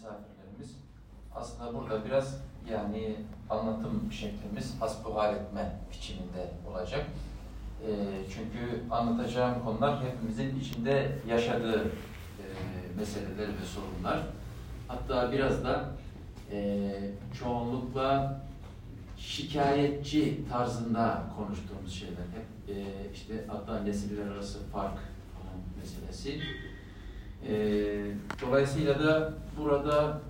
misafirlerimiz. Aslında burada biraz yani anlatım şeklimiz hasbuhal etme biçiminde olacak. Çünkü anlatacağım konular hepimizin içinde yaşadığı meseleler ve sorunlar. Hatta biraz da çoğunlukla şikayetçi tarzında konuştuğumuz şeyler. Hep işte hatta nesiller arası fark meselesi. Dolayısıyla da burada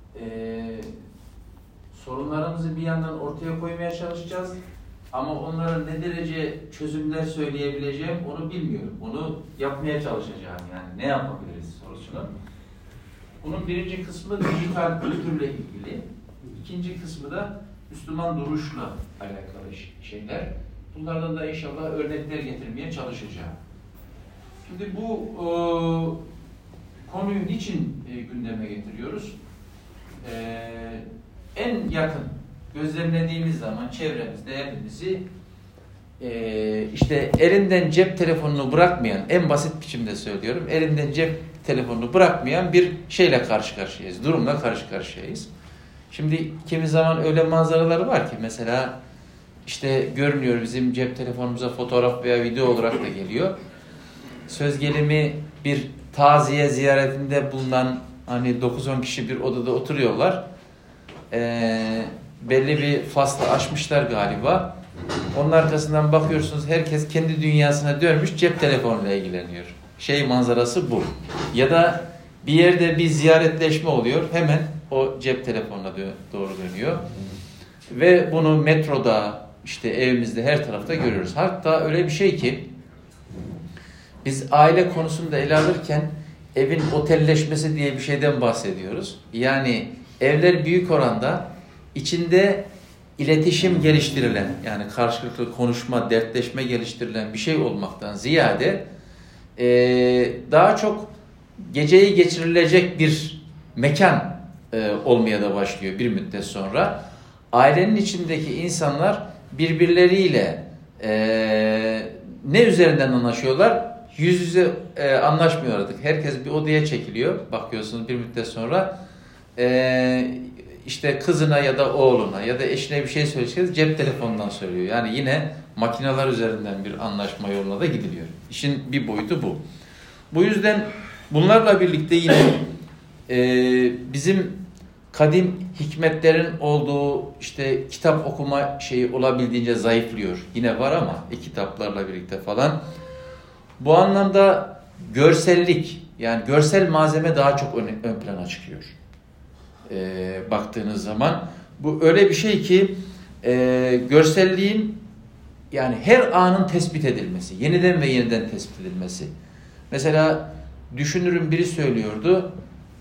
sorunlarımızı bir yandan ortaya koymaya çalışacağız. Ama onlara ne derece çözümler söyleyebileceğim onu bilmiyorum. Onu yapmaya çalışacağım yani. Ne yapabiliriz sorusunu. Bunun birinci kısmı dijital kültürle ilgili. İkinci kısmı da Müslüman duruşla alakalı şeyler. Bunlardan da inşallah örnekler getirmeye çalışacağım. Şimdi bu konuyu niçin gündeme getiriyoruz? En yakın gözlemlediğimiz zaman çevremizde hepimizi işte elinden cep telefonunu bırakmayan, en basit biçimde söylüyorum, elinden cep telefonunu bırakmayan bir şeyle karşı karşıyayız, durumla karşı karşıyayız. Şimdi kimi zaman öyle manzaralar var ki mesela işte görünüyor bizim cep telefonumuza fotoğraf veya video olarak da geliyor. Söz gelimi bir taziye ziyaretinde bulunan hani 9-10 kişi bir odada oturuyorlar. Belli bir faslı aşmışlar galiba. Onun arkasından bakıyorsunuz herkes kendi dünyasına dönmüş cep telefonuyla ilgileniyor. Manzarası bu. Ya da bir yerde bir ziyaretleşme oluyor. Hemen o cep telefonuna doğru dönüyor. Ve bunu metroda, işte evimizde her tarafta görüyoruz. Hatta öyle bir şey ki biz aile konusunda ele alırken evin otelleşmesi diye bir şeyden bahsediyoruz. Yani evler büyük oranda içinde iletişim geliştirilen, yani karşılıklı konuşma, dertleşme geliştirilen bir şey olmaktan ziyade daha çok geceyi geçirilecek bir mekan olmaya da başlıyor bir müddet sonra. Ailenin içindeki insanlar birbirleriyle ne üzerinden anlaşıyorlar? Yüz yüze anlaşmıyor artık. Herkes bir odaya çekiliyor. Bakıyorsunuz bir müddet sonra işte kızına ya da oğluna ya da eşine bir şey söyleyeceğiz, cep telefonundan söylüyor. Yani yine makineler üzerinden bir anlaşma yoluna da gidiliyor. İşin bir boyutu bu. Bu yüzden bunlarla birlikte yine bizim kadim hikmetlerin olduğu işte kitap okuma şeyi olabildiğince zayıflıyor. Yine var ama kitaplarla birlikte falan. Bu anlamda görsellik, yani görsel malzeme daha çok ön plana çıkıyor. Baktığınız zaman bu öyle bir şey ki görselliğin yani her anın tespit edilmesi, yeniden ve yeniden tespit edilmesi. Mesela düşünürüm biri söylüyordu,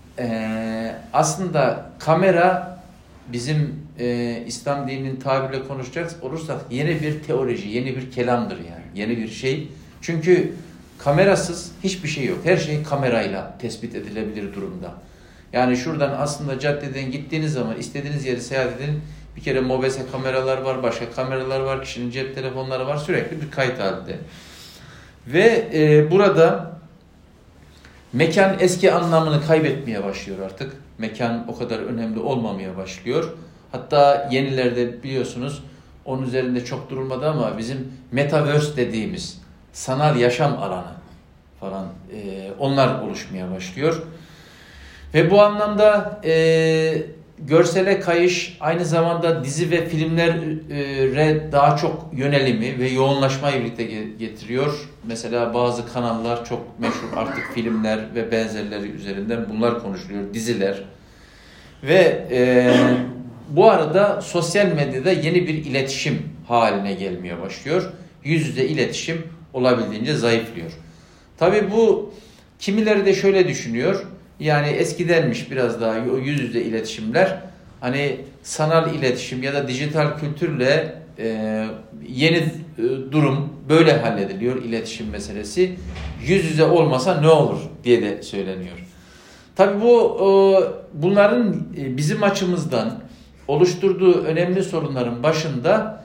aslında kamera bizim İslam dininin tabiriyle konuşacak olursak yeni bir teoloji, yeni bir kelamdır yani, yeni bir şey. Çünkü kamerasız hiçbir şey yok. Her şey kamerayla tespit edilebilir durumda. Yani şuradan aslında caddeden gittiğiniz zaman istediğiniz yeri seyahat edin. Bir kere mobese kameralar var, başka kameralar var, kişinin cep telefonları var, sürekli bir kayıt halinde. Ve burada mekan eski anlamını kaybetmeye başlıyor artık. Mekan o kadar önemli olmamaya başlıyor. Hatta yenilerde biliyorsunuz onun üzerinde çok durulmadı ama bizim metaverse dediğimiz sanal yaşam alanı falan onlar oluşmaya başlıyor. Ve bu anlamda görsele kayış aynı zamanda dizi ve filmlere daha çok yönelimi ve yoğunlaşmayı birlikte getiriyor. Mesela bazı kanallar çok meşhur artık filmler ve benzerleri üzerinden bunlar konuşuluyor, diziler. Ve bu arada sosyal medyada yeni bir iletişim haline gelmeye başlıyor. Yüz yüze iletişim olabildiğince zayıflıyor. Tabii bu kimileri de şöyle düşünüyor. Yani eskidenmiş biraz daha yüz yüze iletişimler. Hani sanal iletişim ya da dijital kültürle yeni durum böyle hallediliyor iletişim meselesi. Yüz yüze olmasa ne olur diye de söyleniyor. Tabii bunların bizim açımızdan oluşturduğu önemli sorunların başında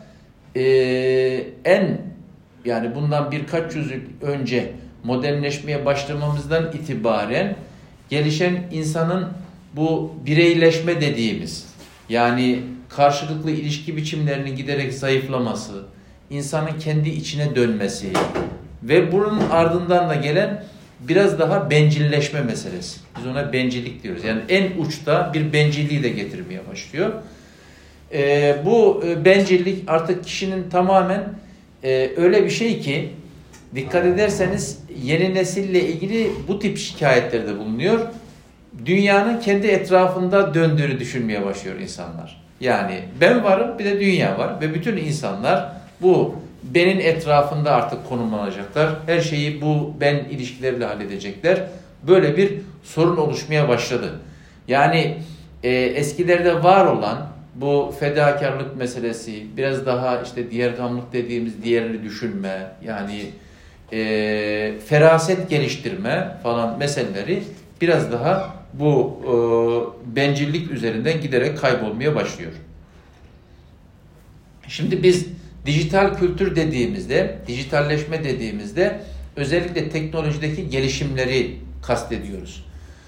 yani bundan birkaç yüzyıl önce modernleşmeye başlamamızdan itibaren gelişen insanın bu bireyleşme dediğimiz, yani karşılıklı ilişki biçimlerinin giderek zayıflaması, insanın kendi içine dönmesi ve bunun ardından da gelen biraz daha bencilleşme meselesi. Biz ona bencillik diyoruz. Yani en uçta bir bencilliği de getirmeye başlıyor. Bu bencillik artık kişinin tamamen öyle bir şey ki, dikkat ederseniz yeni nesille ilgili bu tip şikayetlerde bulunuyor. Dünyanın kendi etrafında döndüğünü düşünmeye başlıyor insanlar. Yani ben varım, bir de dünya var ve bütün insanlar bu benin etrafında artık konumlanacaklar. Her şeyi bu ben ilişkileriyle halledecekler. Böyle bir sorun oluşmaya başladı. Yani eskilerde var olan bu fedakarlık meselesi, biraz daha işte diğergamlık dediğimiz diğerini düşünme, yani feraset geliştirme falan meseleleri biraz daha bu bencillik üzerinden giderek kaybolmaya başlıyor. Şimdi biz dijital kültür dediğimizde, dijitalleşme dediğimizde özellikle teknolojideki gelişimleri kastediyoruz.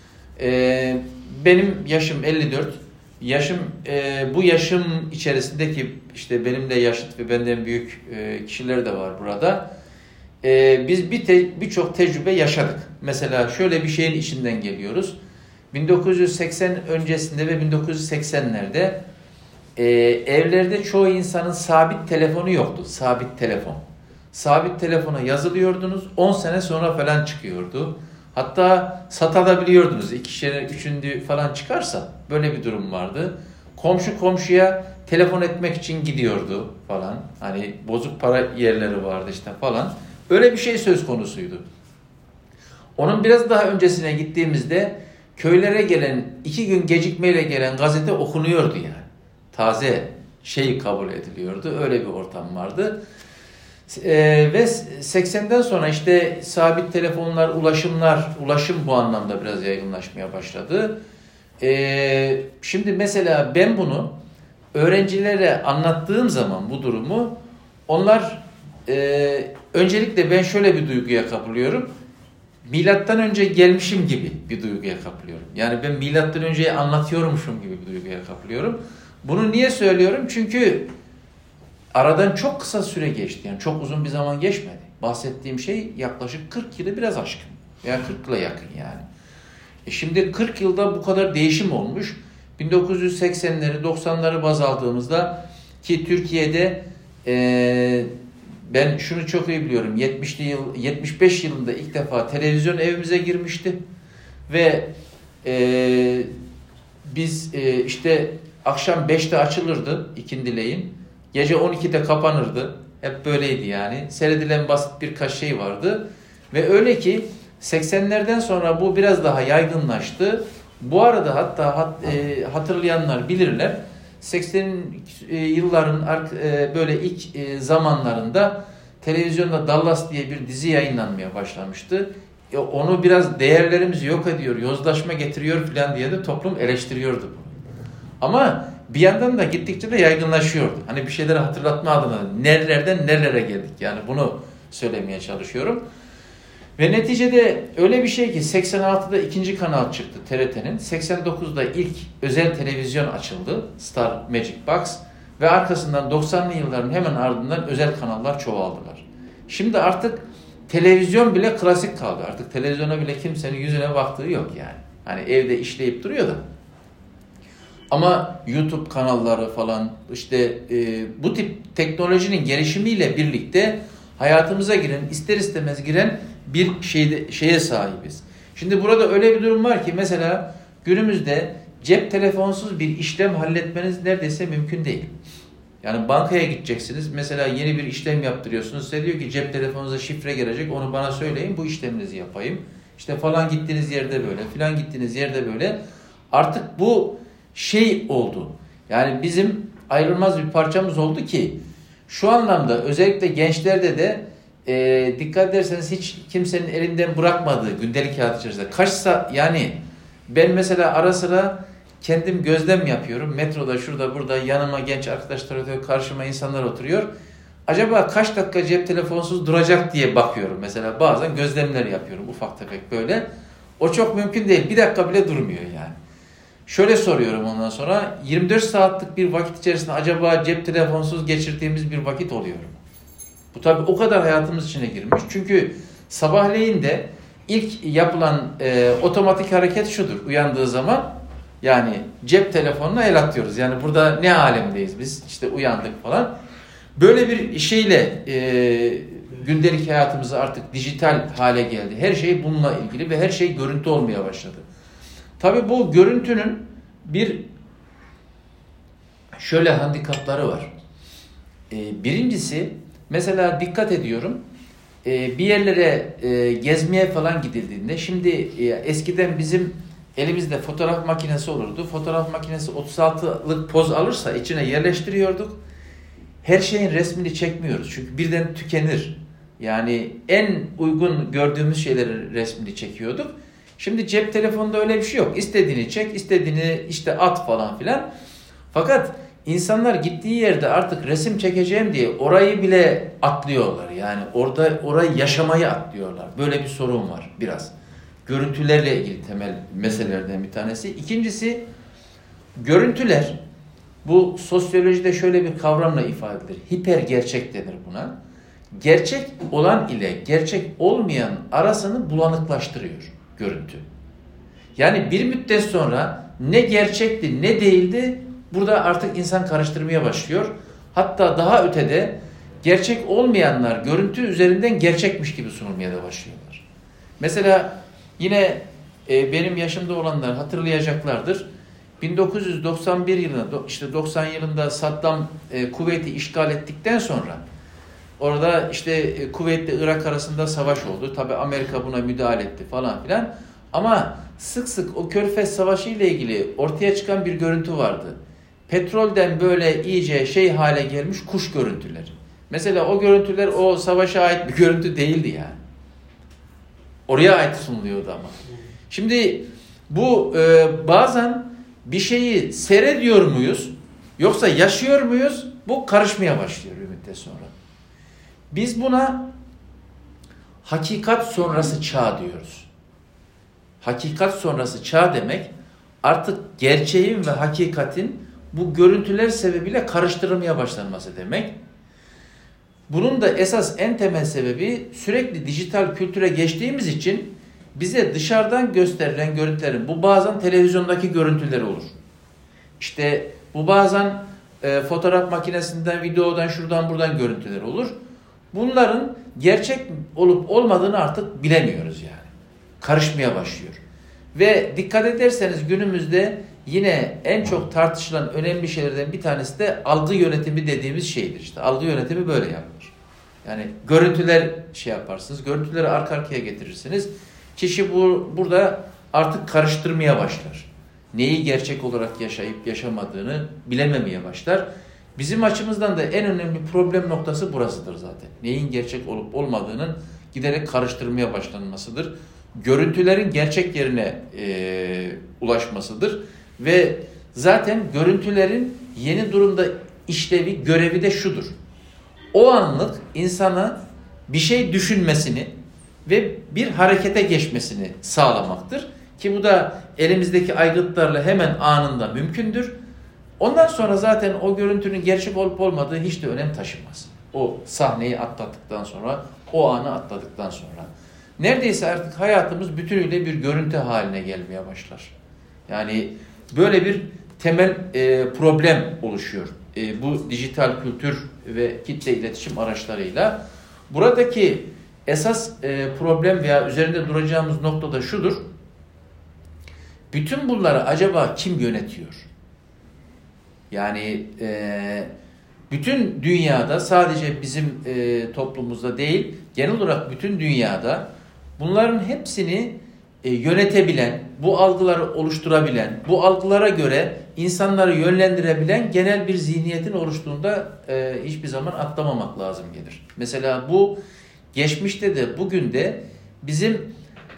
Benim yaşım 54. Bu yaşım içerisindeki işte benimle yaşıt ve benden büyük kişiler de var burada. Biz birçok tecrübe yaşadık. Mesela şöyle bir şeyin içinden geliyoruz. 1980 öncesinde ve 1980'lerde evlerde çoğu insanın sabit telefonu yoktu. Sabit telefon. Sabit telefona yazılıyordunuz. 10 sene sonra falan çıkıyordu. Hatta satabiliyordunuz. 2'şer, 3'ündü falan çıkarsa böyle bir durum vardı. Komşu komşuya telefon etmek için gidiyordu falan. Hani bozuk para yerleri vardı işte falan. Öyle bir şey söz konusuydu. Onun biraz daha öncesine gittiğimizde köylere gelen, 2 gün gecikmeyle gelen gazete okunuyordu yani. Taze şey kabul ediliyordu. Öyle bir ortam vardı. Ve 80'den sonra işte sabit telefonlar, ulaşım bu anlamda biraz yaygınlaşmaya başladı. Şimdi mesela ben bunu öğrencilere anlattığım zaman bu durumu, onlar öncelikle ben şöyle bir duyguya kapılıyorum. Milattan önce gelmişim gibi bir duyguya kapılıyorum. Yani ben milattan önceyi anlatıyormuşum gibi bir duyguya kapılıyorum. Bunu niye söylüyorum? Çünkü aradan çok kısa süre geçti. Yani çok uzun bir zaman geçmedi. Bahsettiğim şey yaklaşık 40 yılı biraz aşkın. Veya 40 yıla yakın yani. Şimdi 40 yılda bu kadar değişim olmuş. 1980'leri 90'ları baz aldığımızda ki Türkiye'de ben şunu çok iyi biliyorum. 75 yılında ilk defa televizyon evimize girmişti. Ve biz işte akşam 5'te açılırdı ikindileyin. Gece 12'de kapanırdı. Hep böyleydi yani. Seyredilen basit birkaç şey vardı. Ve öyle ki 80'lerden sonra bu biraz daha yaygınlaştı. Bu arada hatta hatırlayanlar bilirler. 80 yılların böyle ilk zamanlarında televizyonda Dallas diye bir dizi yayınlanmaya başlamıştı. Onu biraz değerlerimizi yok ediyor, yozlaşma getiriyor falan diye de toplum eleştiriyordu bunu. Ama bir yandan da gittikçe de yaygınlaşıyordu. Hani bir şeyleri hatırlatma adına nerelerden nerelere geldik yani bunu söylemeye çalışıyorum. Ve neticede öyle bir şey ki 86'da ikinci kanal çıktı TRT'nin. 89'da ilk özel televizyon açıldı. Star Magic Box. Ve arkasından 90'lı yılların hemen ardından özel kanallar çoğaldılar. Şimdi artık televizyon bile klasik kaldı. Artık televizyona bile kimsenin yüzüne baktığı yok yani. Hani evde işleyip duruyor da. Ama YouTube kanalları falan işte bu tip teknolojinin gelişimiyle birlikte hayatımıza giren, ister istemez giren bir şeye sahibiz. Şimdi burada öyle bir durum var ki mesela günümüzde cep telefonsuz bir işlem halletmeniz neredeyse mümkün değil. Yani bankaya gideceksiniz. Mesela yeni bir işlem yaptırıyorsunuz. Size diyor ki cep telefonunuza şifre gelecek. Onu bana söyleyin. Bu işleminizi yapayım. İşte falan gittiğiniz yerde böyle. Filan gittiğiniz yerde böyle. Artık bu şey oldu. Yani bizim ayrılmaz bir parçamız oldu ki şu anlamda özellikle gençlerde de dikkat ederseniz hiç kimsenin elinden bırakmadığı gündelik hayat içerisinde. Yani ben mesela ara sıra kendim gözlem yapıyorum. Metroda şurada burada yanıma genç arkadaşlar oturuyor. Karşıma insanlar oturuyor. Acaba kaç dakika cep telefonsuz duracak diye bakıyorum. Mesela bazen gözlemler yapıyorum ufak tefek böyle. O çok mümkün değil. Bir dakika bile durmuyor yani. Şöyle soruyorum ondan sonra, 24 saatlik bir vakit içerisinde acaba cep telefonsuz geçirdiğimiz bir vakit oluyor mu? Bu tabii o kadar hayatımız içine girmiş. Çünkü sabahleyin de ilk yapılan otomatik hareket şudur. Uyandığı zaman yani cep telefonuna el atıyoruz. Yani burada ne alemdeyiz biz? İşte uyandık falan. Böyle bir şeyle gündelik hayatımız artık dijital hale geldi. Her şey bununla ilgili ve her şey görüntü olmaya başladı. Tabii bu görüntünün bir şöyle handikapları var. Birincisi, mesela dikkat ediyorum, bir yerlere gezmeye falan gidildiğinde, şimdi eskiden bizim elimizde fotoğraf makinesi olurdu. Fotoğraf makinesi 36'lık poz alırsa içine yerleştiriyorduk. Her şeyin resmini çekmiyoruz. Çünkü birden tükenir. Yani en uygun gördüğümüz şeylerin resmini çekiyorduk. Şimdi cep telefonunda öyle bir şey yok. İstediğini çek, istediğini işte at falan filan. Fakat insanlar gittiği yerde artık resim çekeceğim diye orayı bile atlıyorlar. Yani orayı yaşamayı atlıyorlar. Böyle bir sorun var biraz. Görüntülerle ilgili temel meselelerden bir tanesi. İkincisi, görüntüler, bu sosyolojide şöyle bir kavramla ifade edilir. Hiper gerçek denir buna. Gerçek olan ile gerçek olmayan arasını bulanıklaştırıyor görüntü. Yani bir müddet sonra ne gerçekti ne değildi, burada artık insan karıştırmaya başlıyor. Hatta daha ötede gerçek olmayanlar görüntü üzerinden gerçekmiş gibi sunulmaya da başlıyorlar. Mesela yine benim yaşımda olanlar hatırlayacaklardır. 1991 yılında, işte 90 yılında Saddam Kuveyt'i işgal ettikten sonra orada işte Kuveyt ile Irak arasında savaş oldu. Tabii Amerika buna müdahale etti falan filan. Ama sık sık o Körfez Savaşı ile ilgili ortaya çıkan bir görüntü vardı. Petrolden böyle iyice hale gelmiş kuş görüntüleri. Mesela o görüntüler o savaşa ait bir görüntü değildi yani. Oraya ait sunuluyordu ama. Şimdi bu bazen bir şeyi seyrediyor muyuz yoksa yaşıyor muyuz? Bu karışmaya başlıyor bir müddet sonra. Biz buna hakikat sonrası çağ diyoruz. Hakikat sonrası çağ demek artık gerçeğin ve hakikatin bu görüntüler sebebiyle karıştırılmaya başlanması demek. Bunun da esas en temel sebebi sürekli dijital kültüre geçtiğimiz için bize dışarıdan gösterilen görüntülerin, bu bazen televizyondaki görüntüler olur. İşte bu bazen fotoğraf makinesinden, videodan, şuradan buradan görüntüler olur. Bunların gerçek olup olmadığını artık bilemiyoruz yani. Karışmaya başlıyor. Ve dikkat ederseniz günümüzde yine en çok tartışılan önemli şeylerden bir tanesi de algı yönetimi dediğimiz şeydir. İşte algı yönetimi böyle yapılır. Yani görüntüler yaparsınız, görüntüleri arka arkaya getirirsiniz. Kişi burada artık karıştırmaya başlar. Neyi gerçek olarak yaşayıp yaşamadığını bilememeye başlar. Bizim açımızdan da en önemli problem noktası burasıdır zaten. Neyin gerçek olup olmadığının giderek karıştırmaya başlanmasıdır. Görüntülerin gerçek yerine ulaşmasıdır. Ve zaten görüntülerin yeni durumda işlevi, görevi de şudur. O anlık insana bir şey düşünmesini ve bir harekete geçmesini sağlamaktır. Ki bu da elimizdeki aygıtlarla hemen anında mümkündür. Ondan sonra zaten o görüntünün gerçek olup olmadığı hiç de önem taşımaz. O sahneyi atlattıktan sonra, o anı atladıktan sonra. Neredeyse artık hayatımız bütünüyle bir görüntü haline gelmeye başlar. Yani böyle bir temel problem oluşuyor. Bu dijital kültür ve kitle iletişim araçlarıyla. Buradaki esas problem veya üzerinde duracağımız nokta da şudur. Bütün bunları acaba kim yönetiyor? Yani bütün dünyada, sadece bizim toplumumuzda değil, genel olarak bütün dünyada bunların hepsini yönetebilen, bu algıları oluşturabilen, bu algılara göre insanları yönlendirebilen genel bir zihniyetin oluştuğunda hiçbir zaman atlamamak lazım gelir. Mesela bu geçmişte de bugün de bizim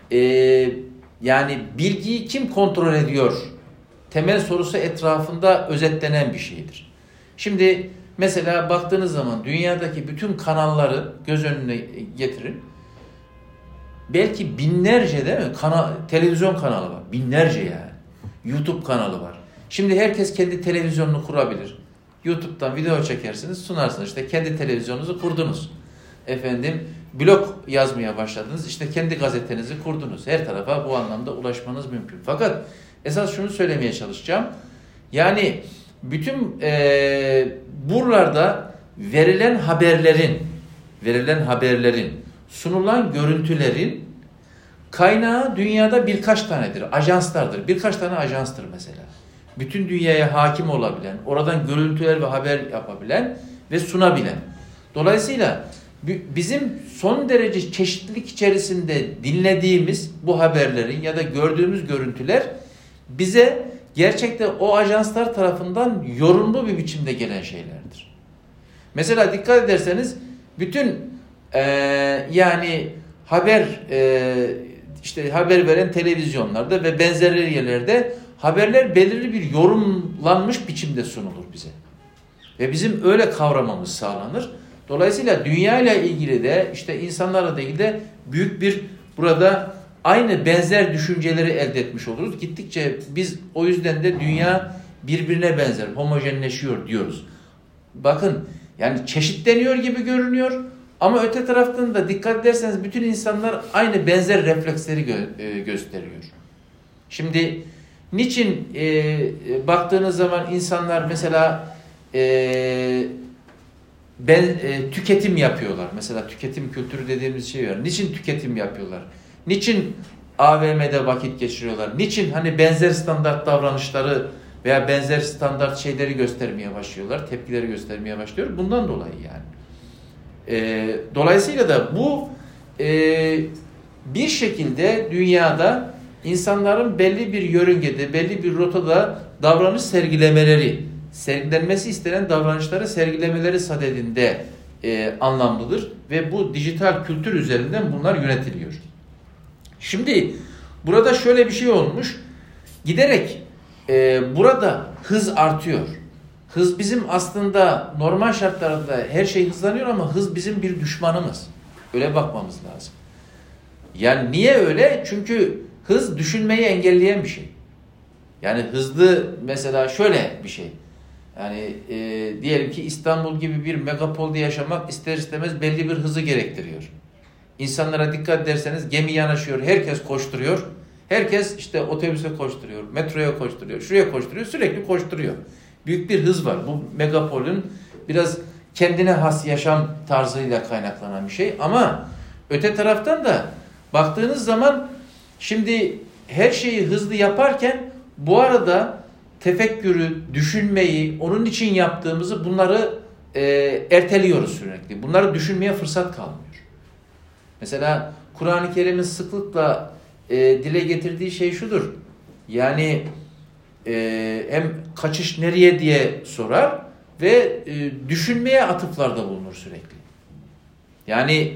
yani bilgiyi kim kontrol ediyor temel sorusu etrafında özetlenen bir şeydir. Şimdi mesela baktığınız zaman dünyadaki bütün kanalları göz önüne getirin. Belki binlerce değil mi? Televizyon kanalı var. Binlerce yani. YouTube kanalı var. Şimdi herkes kendi televizyonunu kurabilir. YouTube'dan video çekersiniz, sunarsınız. İşte kendi televizyonunuzu kurdunuz. Efendim, blog yazmaya başladınız. İşte kendi gazetenizi kurdunuz. Her tarafa bu anlamda ulaşmanız mümkün. Fakat esas şunu söylemeye çalışacağım. Yani bütün buralarda verilen haberlerin, sunulan görüntülerin kaynağı dünyada birkaç tanedir. Ajanslardır. Birkaç tane ajanstır mesela. Bütün dünyaya hakim olabilen, oradan görüntüler ve haber yapabilen ve sunabilen. Dolayısıyla bizim son derece çeşitlilik içerisinde dinlediğimiz bu haberlerin ya da gördüğümüz görüntüler bize gerçekten o ajanslar tarafından yorumlu bir biçimde gelen şeylerdir. Mesela dikkat ederseniz bütün yani işte haber veren televizyonlarda ve benzeri yerlerde haberler belirli bir yorumlanmış biçimde sunulur bize. Ve bizim öyle kavramamız sağlanır. Dolayısıyla dünya ile ilgili de işte insanlarla da ilgili de büyük bir burada aynı benzer düşünceleri elde etmiş oluruz. Gittikçe biz o yüzden de dünya birbirine benzer, homojenleşiyor diyoruz. Bakın yani çeşitleniyor gibi görünüyor ama öte taraftan da dikkat ederseniz bütün insanlar aynı benzer refleksleri gösteriyor. Şimdi niçin baktığınız zaman insanlar mesela tüketim yapıyorlar. Mesela tüketim kültürü dediğimiz şey var. Niçin tüketim yapıyorlar? Niçin AVM'de vakit geçiriyorlar? Niçin hani benzer standart davranışları veya benzer standart şeyleri göstermeye başlıyorlar? Tepkileri göstermeye başlıyor. Bundan dolayı yani. Dolayısıyla da bu bir şekilde dünyada insanların belli bir yörüngede, belli bir rotada davranış sergilenmesi istenen davranışları sergilemeleri sadedinde anlamlıdır ve bu dijital kültür üzerinden bunlar yönetiliyor. Şimdi burada şöyle bir şey olmuş, giderek burada hız artıyor. Hız bizim aslında normal şartlarda her şey hızlanıyor ama hız bizim bir düşmanımız. Öyle bakmamız lazım. Yani niye öyle? Çünkü hız düşünmeyi engelleyen bir şey. Yani hızlı mesela şöyle bir şey. Yani diyelim ki İstanbul gibi bir megapolde yaşamak ister istemez belli bir hızı gerektiriyor. İnsanlara dikkat ederseniz gemi yanaşıyor, herkes koşturuyor. Herkes işte otobüse koşturuyor, metroya koşturuyor, şuraya koşturuyor, sürekli koşturuyor. Büyük bir hız var. Bu megapolün biraz kendine has yaşam tarzıyla kaynaklanan bir şey. Ama öte taraftan da baktığınız zaman şimdi her şeyi hızlı yaparken bu arada tefekkürü, düşünmeyi, onun için yaptığımızı bunları erteliyoruz sürekli. Bunları düşünmeye fırsat kalmıyor. Mesela Kur'an-ı Kerim'in sıklıkla dile getirdiği şey şudur. Yani hem kaçış nereye diye sorar ve düşünmeye atıflarda bulunur sürekli. Yani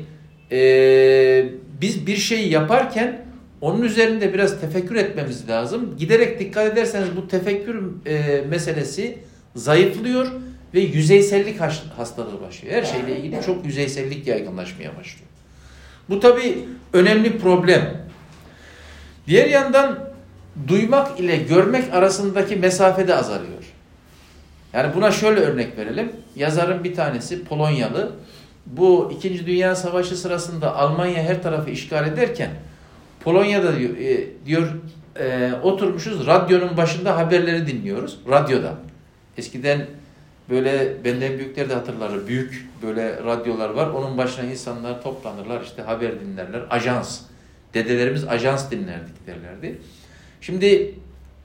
biz bir şeyi yaparken onun üzerinde biraz tefekkür etmemiz lazım. Giderek dikkat ederseniz bu tefekkür meselesi zayıflıyor ve yüzeysellik hastalığı başlıyor. Her şeyle ilgili çok yüzeysellik yaygınlaşmaya başlıyor. Bu tabii önemli problem. Diğer yandan duymak ile görmek arasındaki mesafe de azalıyor. Yani buna şöyle örnek verelim. Yazarın bir tanesi Polonyalı. Bu 2. Dünya Savaşı sırasında Almanya her tarafı işgal ederken Polonya'da diyor oturmuşuz radyonun başında haberleri dinliyoruz. Radyoda. Eskiden böyle benden büyükler de hatırlar. Büyük böyle radyolar var. Onun başına insanlar toplanırlar. İşte haber dinlerler. Ajans. Dedelerimiz ajans dinlerdik derlerdi. Şimdi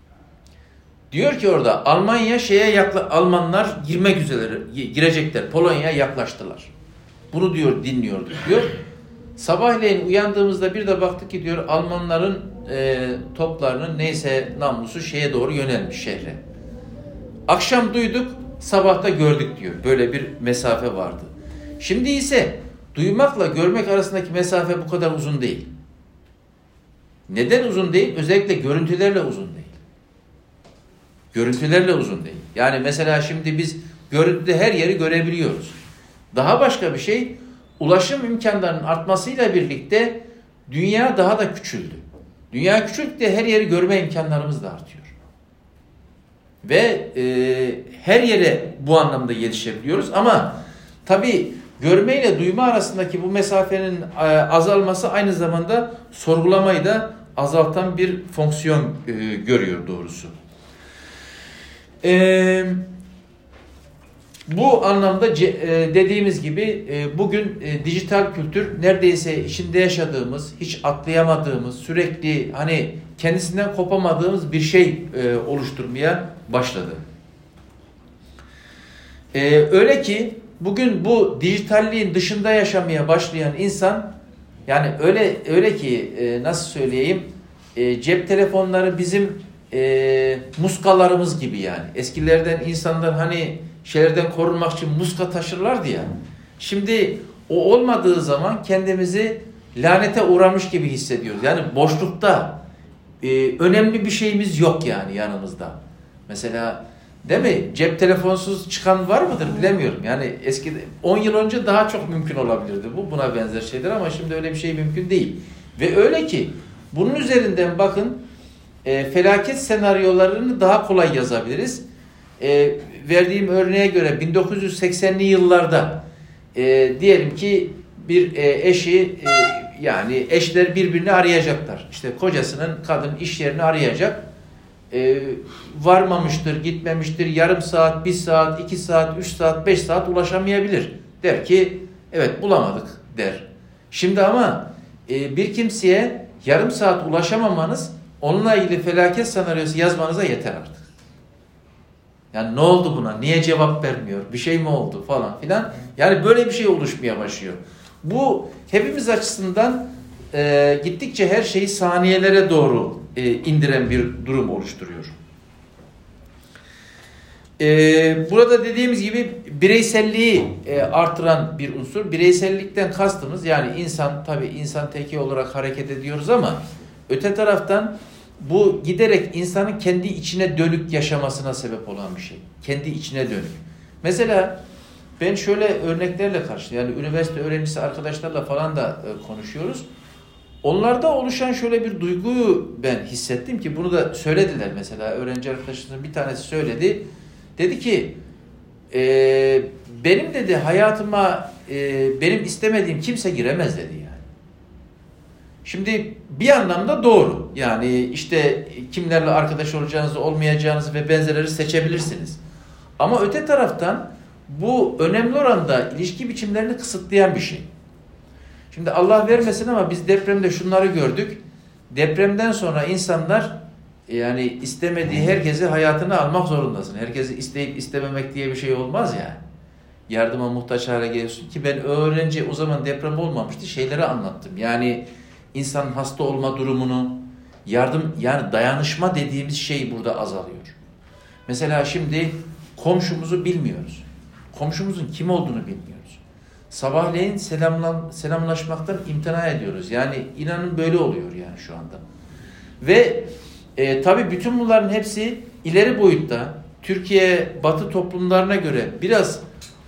diyor ki orada Almanlar girmek üzere girecekler. Polonya'ya yaklaştılar. Bunu diyor dinliyorduk diyor. Sabahleyin uyandığımızda bir de baktık ki diyor Almanların toplarının neyse namlusu şeye doğru yönelmiş şehre. Akşam duyduk, sabahta gördük diyor. Böyle bir mesafe vardı. Şimdi ise duymakla görmek arasındaki mesafe bu kadar uzun değil. Neden uzun değil? Özellikle görüntülerle uzun değil. Görüntülerle uzun değil. Yani mesela şimdi biz görüntüde her yeri görebiliyoruz. Daha başka bir şey, ulaşım imkanlarının artmasıyla birlikte dünya daha da küçüldü. Dünya küçüldükçe her yeri görme imkanlarımız da artıyor. Ve her yere bu anlamda yetişebiliyoruz. Ama tabii görme ile duyma arasındaki bu mesafenin azalması aynı zamanda sorgulamayı da azaltan bir fonksiyon görüyor doğrusu. Bu anlamda dediğimiz gibi bugün dijital kültür neredeyse içinde yaşadığımız, hiç atlayamadığımız, sürekli hani kendisinden kopamadığımız bir şey oluşturmaya başladı. Öyle ki bugün bu dijitalliğin dışında yaşamaya başlayan insan, yani öyle ki nasıl söyleyeyim, cep telefonları bizim muskalarımız gibi yani. Eskilerden insanlar hani şeylerden korunmak için muska taşırlardı ya. Şimdi o olmadığı zaman kendimizi lanete uğramış gibi hissediyoruz. Yani boşlukta önemli bir şeyimiz yok yani yanımızda. Mesela değil mi? Cep telefonsuz çıkan var mıdır bilemiyorum. Yani eskide 10 yıl önce daha çok mümkün olabilirdi buna benzer şeyler ama şimdi öyle bir şey mümkün değil. Ve öyle ki bunun üzerinden bakın felaket senaryolarını daha kolay yazabiliriz. Verdiğim örneğe göre 1980'li yıllarda diyelim ki bir eşi yani eşler birbirini arayacaklar. İşte kocasının kadın iş yerini arayacak. Varmamıştır, gitmemiştir, yarım saat, 1 saat, 2 saat, 3 saat, 5 saat ulaşamayabilir. Der ki evet bulamadık der. Şimdi ama bir kimseye yarım saat ulaşamamanız onunla ilgili felaket senaryosu yazmanıza yeter artık. Yani ne oldu buna? Niye cevap vermiyor? Bir şey mi oldu falan filan. Yani böyle bir şey oluşmaya başlıyor. Bu hepimiz açısından gittikçe her şeyi saniyelere doğru indiren bir durum oluşturuyor. Burada dediğimiz gibi bireyselliği artıran bir unsur. Bireysellikten kastımız yani insan, tabii insan teki olarak hareket ediyoruz ama öte taraftan bu giderek insanın kendi içine dönük yaşamasına sebep olan bir şey. Kendi içine dönük. Mesela ben şöyle örneklerle karşılaşıyorum. Yani üniversite öğrencisi arkadaşlarla falan da konuşuyoruz. Onlarda oluşan şöyle bir duyguyu ben hissettim ki bunu da söylediler mesela. Öğrenci arkadaşımızın bir tanesi söyledi. Dedi ki benim dedi hayatıma benim istemediğim kimse giremez dedi yani. Şimdi bir anlamda doğru. Yani işte kimlerle arkadaş olacağınızı, olmayacağınızı ve benzerleri seçebilirsiniz. Ama öte taraftan bu önemli oranda ilişki biçimlerini kısıtlayan bir şey. Şimdi Allah vermesin ama biz depremde şunları gördük. Depremden sonra insanlar yani istemediği herkesi hayatına almak zorundasın. Herkesi isteyip istememek diye bir şey olmaz yani. Yardıma muhtaç hale geliyorsun ki ben öğrenci o zaman deprem olmamıştı şeyleri anlattım. Yani insanın hasta olma durumunu, yardım yani dayanışma dediğimiz şey burada azalıyor. Mesela şimdi komşumuzu bilmiyoruz. Komşumuzun kim olduğunu bilmiyoruz. Sabahleyin selamlaşmaktan imtina ediyoruz. Yani inanın böyle oluyor yani şu anda. Ve tabii bütün bunların hepsi ileri boyutta Türkiye Batı toplumlarına göre biraz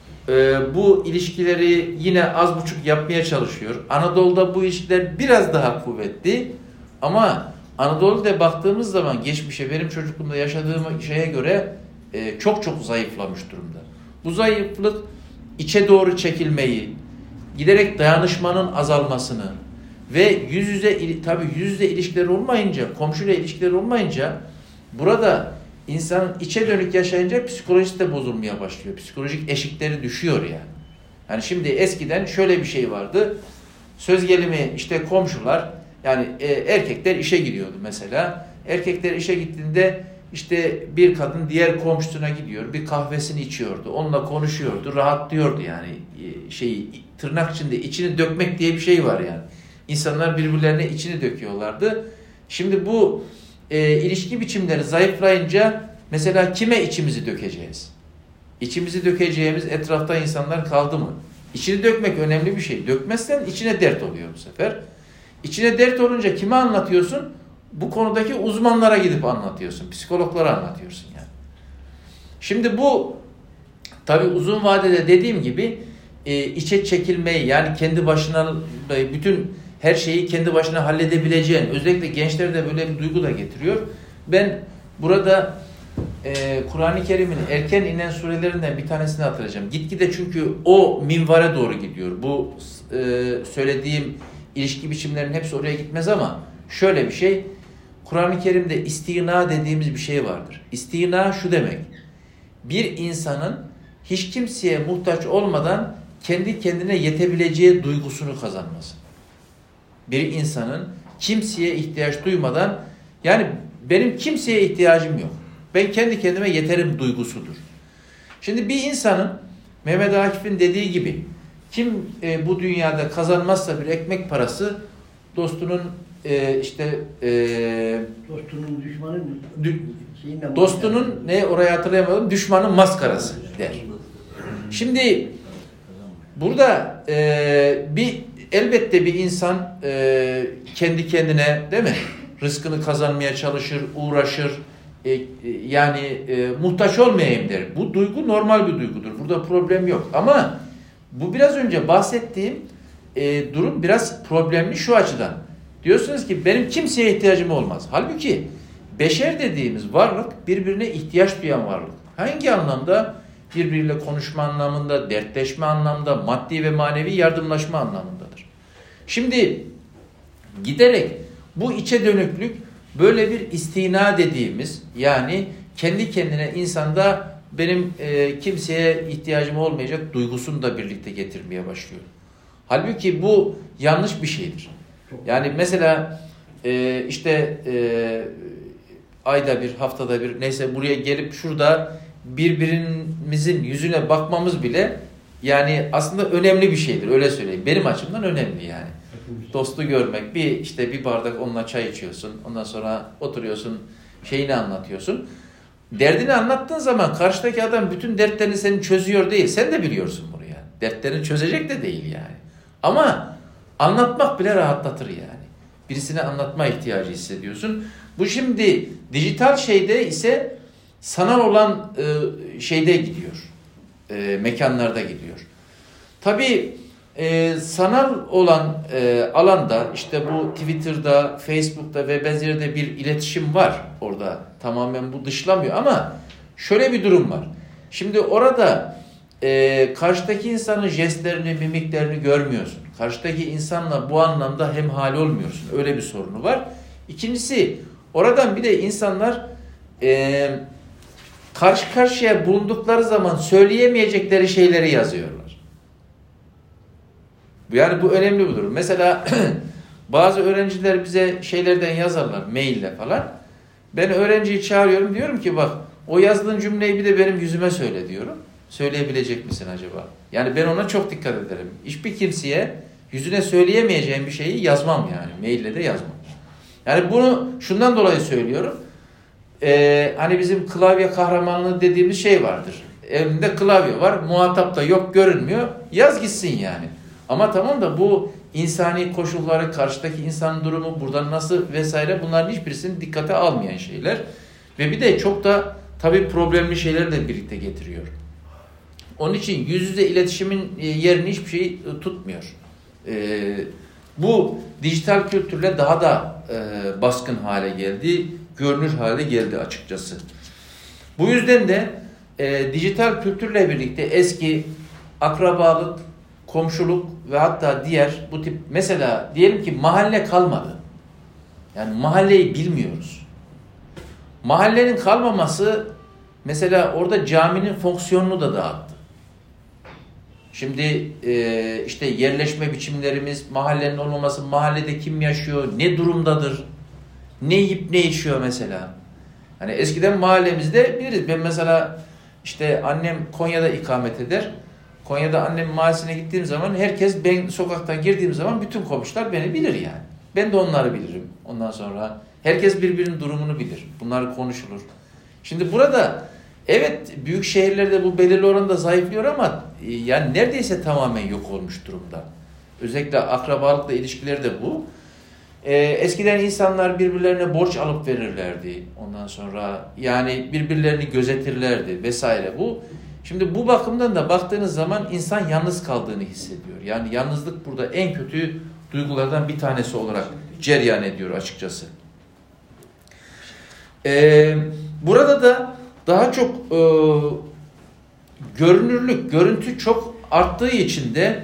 bu ilişkileri yine az buçuk yapmaya çalışıyor. Anadolu'da bu ilişkiler biraz daha kuvvetli ama Anadolu'da baktığımız zaman geçmişe benim çocukluğumda yaşadığım şeye göre çok çok zayıflamış durumda. Bu zayıflık içe doğru çekilmeyi, giderek dayanışmanın azalmasını ve yüz yüze ilişkileri olmayınca, komşuyla ilişkileri olmayınca burada İnsanın içe dönük yaşayınca psikolojisi de bozulmaya başlıyor. Psikolojik eşikleri düşüyor yani. Yani şimdi eskiden şöyle bir şey vardı. Söz gelimi işte komşular yani erkekler işe gidiyordu mesela. Erkekler işe gittiğinde işte bir kadın diğer komşusuna gidiyor. Bir kahvesini içiyordu. Onunla konuşuyordu. Rahatlıyordu yani. Tırnak içinde içini dökmek diye bir şey var yani. İnsanlar birbirlerine içini döküyorlardı. Şimdi bu ilişki biçimleri zayıflayınca mesela kime içimizi dökeceğiz? İçimizi dökeceğimiz etrafta insanlar kaldı mı? İçini dökmek önemli bir şey. Dökmezsen içine dert oluyor bu sefer. İçine dert olunca kime anlatıyorsun? Bu konudaki uzmanlara gidip anlatıyorsun. Psikologlara anlatıyorsun yani. Şimdi bu tabii uzun vadede dediğim gibi içe çekilmeyi yani kendi başına bütün her şeyi kendi başına halledebileceğin, özellikle gençlerde böyle bir duygu da getiriyor. Ben burada Kur'an-ı Kerim'in erken inen surelerinden bir tanesini hatırlayacağım. Gitgide çünkü o minvale doğru gidiyor. Bu söylediğim ilişki biçimlerinin hepsi oraya gitmez ama şöyle bir şey. Kur'an-ı Kerim'de istigna dediğimiz bir şey vardır. İstigna şu demek. Bir insanın hiç kimseye muhtaç olmadan kendi kendine yetebileceği duygusunu kazanması. Bir insanın kimseye ihtiyaç duymadan, yani benim kimseye ihtiyacım yok, ben kendi kendime yeterim duygusudur. Şimdi bir insanın, Mehmet Akif'in dediği gibi, kim bu dünyada kazanmazsa bir ekmek parası, dostunun dostunun ne oraya hatırlayamadım, düşmanın maskarası der. Şimdi burada elbette bir insan kendi kendine, değil mi, rızkını kazanmaya çalışır, uğraşır, muhtaç olmayayım der. Bu duygu normal bir duygudur. Burada problem yok. Ama bu biraz önce bahsettiğim durum biraz problemli şu açıdan. Diyorsunuz ki benim kimseye ihtiyacım olmaz. Halbuki beşer dediğimiz varlık birbirine ihtiyaç duyan varlık. Hangi anlamda? Birbiriyle konuşma anlamında, dertleşme anlamında, maddi ve manevi yardımlaşma anlamındadır. Şimdi giderek bu içe dönüklük böyle bir istina dediğimiz, yani kendi kendine insanda benim kimseye ihtiyacım olmayacak duygusunu da birlikte getirmeye başlıyor. Halbuki bu yanlış bir şeydir. Yani mesela ayda bir, haftada bir, neyse buraya gelip şurada birbirimizin yüzüne bakmamız bile yani aslında önemli bir şeydir, öyle söyleyeyim. Benim açımdan önemli yani. Dostu görmek, bir bardak onunla çay içiyorsun, ondan sonra oturuyorsun, şeyini anlatıyorsun. Derdini anlattığın zaman karşıdaki adam bütün dertlerini senin çözüyor değil, sen de biliyorsun bunu yani. Dertlerini çözecek de değil yani. Ama anlatmak bile rahatlatır yani. Birisine anlatma ihtiyacı hissediyorsun. Bu şimdi dijital şeyde ise sanal olan şeyde gidiyor. Mekanlarda gidiyor. Tabii sanal olan alanda işte bu Twitter'da, Facebook'ta ve benzeri bir iletişim var orada. Tamamen bu dışlamıyor ama şöyle bir durum var. Şimdi orada karşıdaki insanın jestlerini, mimiklerini görmüyorsun. Karşıdaki insanla bu anlamda hemhal olmuyorsun. Öyle bir sorunu var. İkincisi, oradan bir de insanlar karşı karşıya bulundukları zaman söyleyemeyecekleri şeyleri yazıyorlar. Yani bu önemli bir durum. Mesela bazı öğrenciler bize şeylerden yazarlar, maille falan. Ben öğrenciyi çağırıyorum, diyorum ki bak o yazdığın cümleyi bir de benim yüzüme söyle diyorum. Söyleyebilecek misin acaba? Yani ben ona çok dikkat ederim. Hiçbir kimseye yüzüne söyleyemeyeceğim bir şeyi yazmam yani. Maille de yazmam. Yani bunu şundan dolayı söylüyorum. Hani bizim klavye kahramanlığı dediğimiz şey vardır. Elinde klavye var, muhatap da yok, görünmüyor. Yaz gitsin yani. Ama tamam da bu insani koşulları, karşıdaki insanın durumu, buradan nasıl vesaire, bunların hiçbirisini dikkate almayan şeyler. Ve bir de çok da tabii problemli şeyleri de birlikte getiriyor. Onun için yüz yüze iletişimin yerini hiçbir şey tutmuyor. Bu dijital kültürle daha da baskın hale geldi, görünür hale geldi açıkçası. Bu yüzden de dijital kültürle birlikte eski akrabalık, komşuluk ve hatta diğer bu tip, mesela diyelim ki mahalle kalmadı. Yani mahalleyi bilmiyoruz. Mahallenin kalmaması mesela orada caminin fonksiyonunu da dağıttı. Şimdi işte yerleşme biçimlerimiz, mahallenin olmaması, mahallede kim yaşıyor, ne durumdadır, ne yiyip ne içiyor mesela. Hani eskiden mahallemizde biliriz. Ben mesela işte annem Konya'da ikamet eder. Konya'da annemin mahallesine gittiğim zaman herkes, ben sokaktan girdiğim zaman bütün komşular beni bilir yani. Ben de onları bilirim. Ondan sonra herkes birbirinin durumunu bilir. Bunlar konuşulur. Şimdi burada evet büyük şehirlerde bu belirli oranda zayıflıyor ama yani neredeyse tamamen yok olmuş durumda. Özellikle akrabalıkla ilişkileri de bu. Eskiden insanlar birbirlerine borç alıp verirlerdi. Ondan sonra yani birbirlerini gözetirlerdi vesaire bu. Şimdi bu bakımdan da baktığınız zaman insan yalnız kaldığını hissediyor. Yani yalnızlık burada en kötü duygulardan bir tanesi olarak cereyan ediyor açıkçası. Burada da daha çok görünürlük, görüntü çok arttığı için de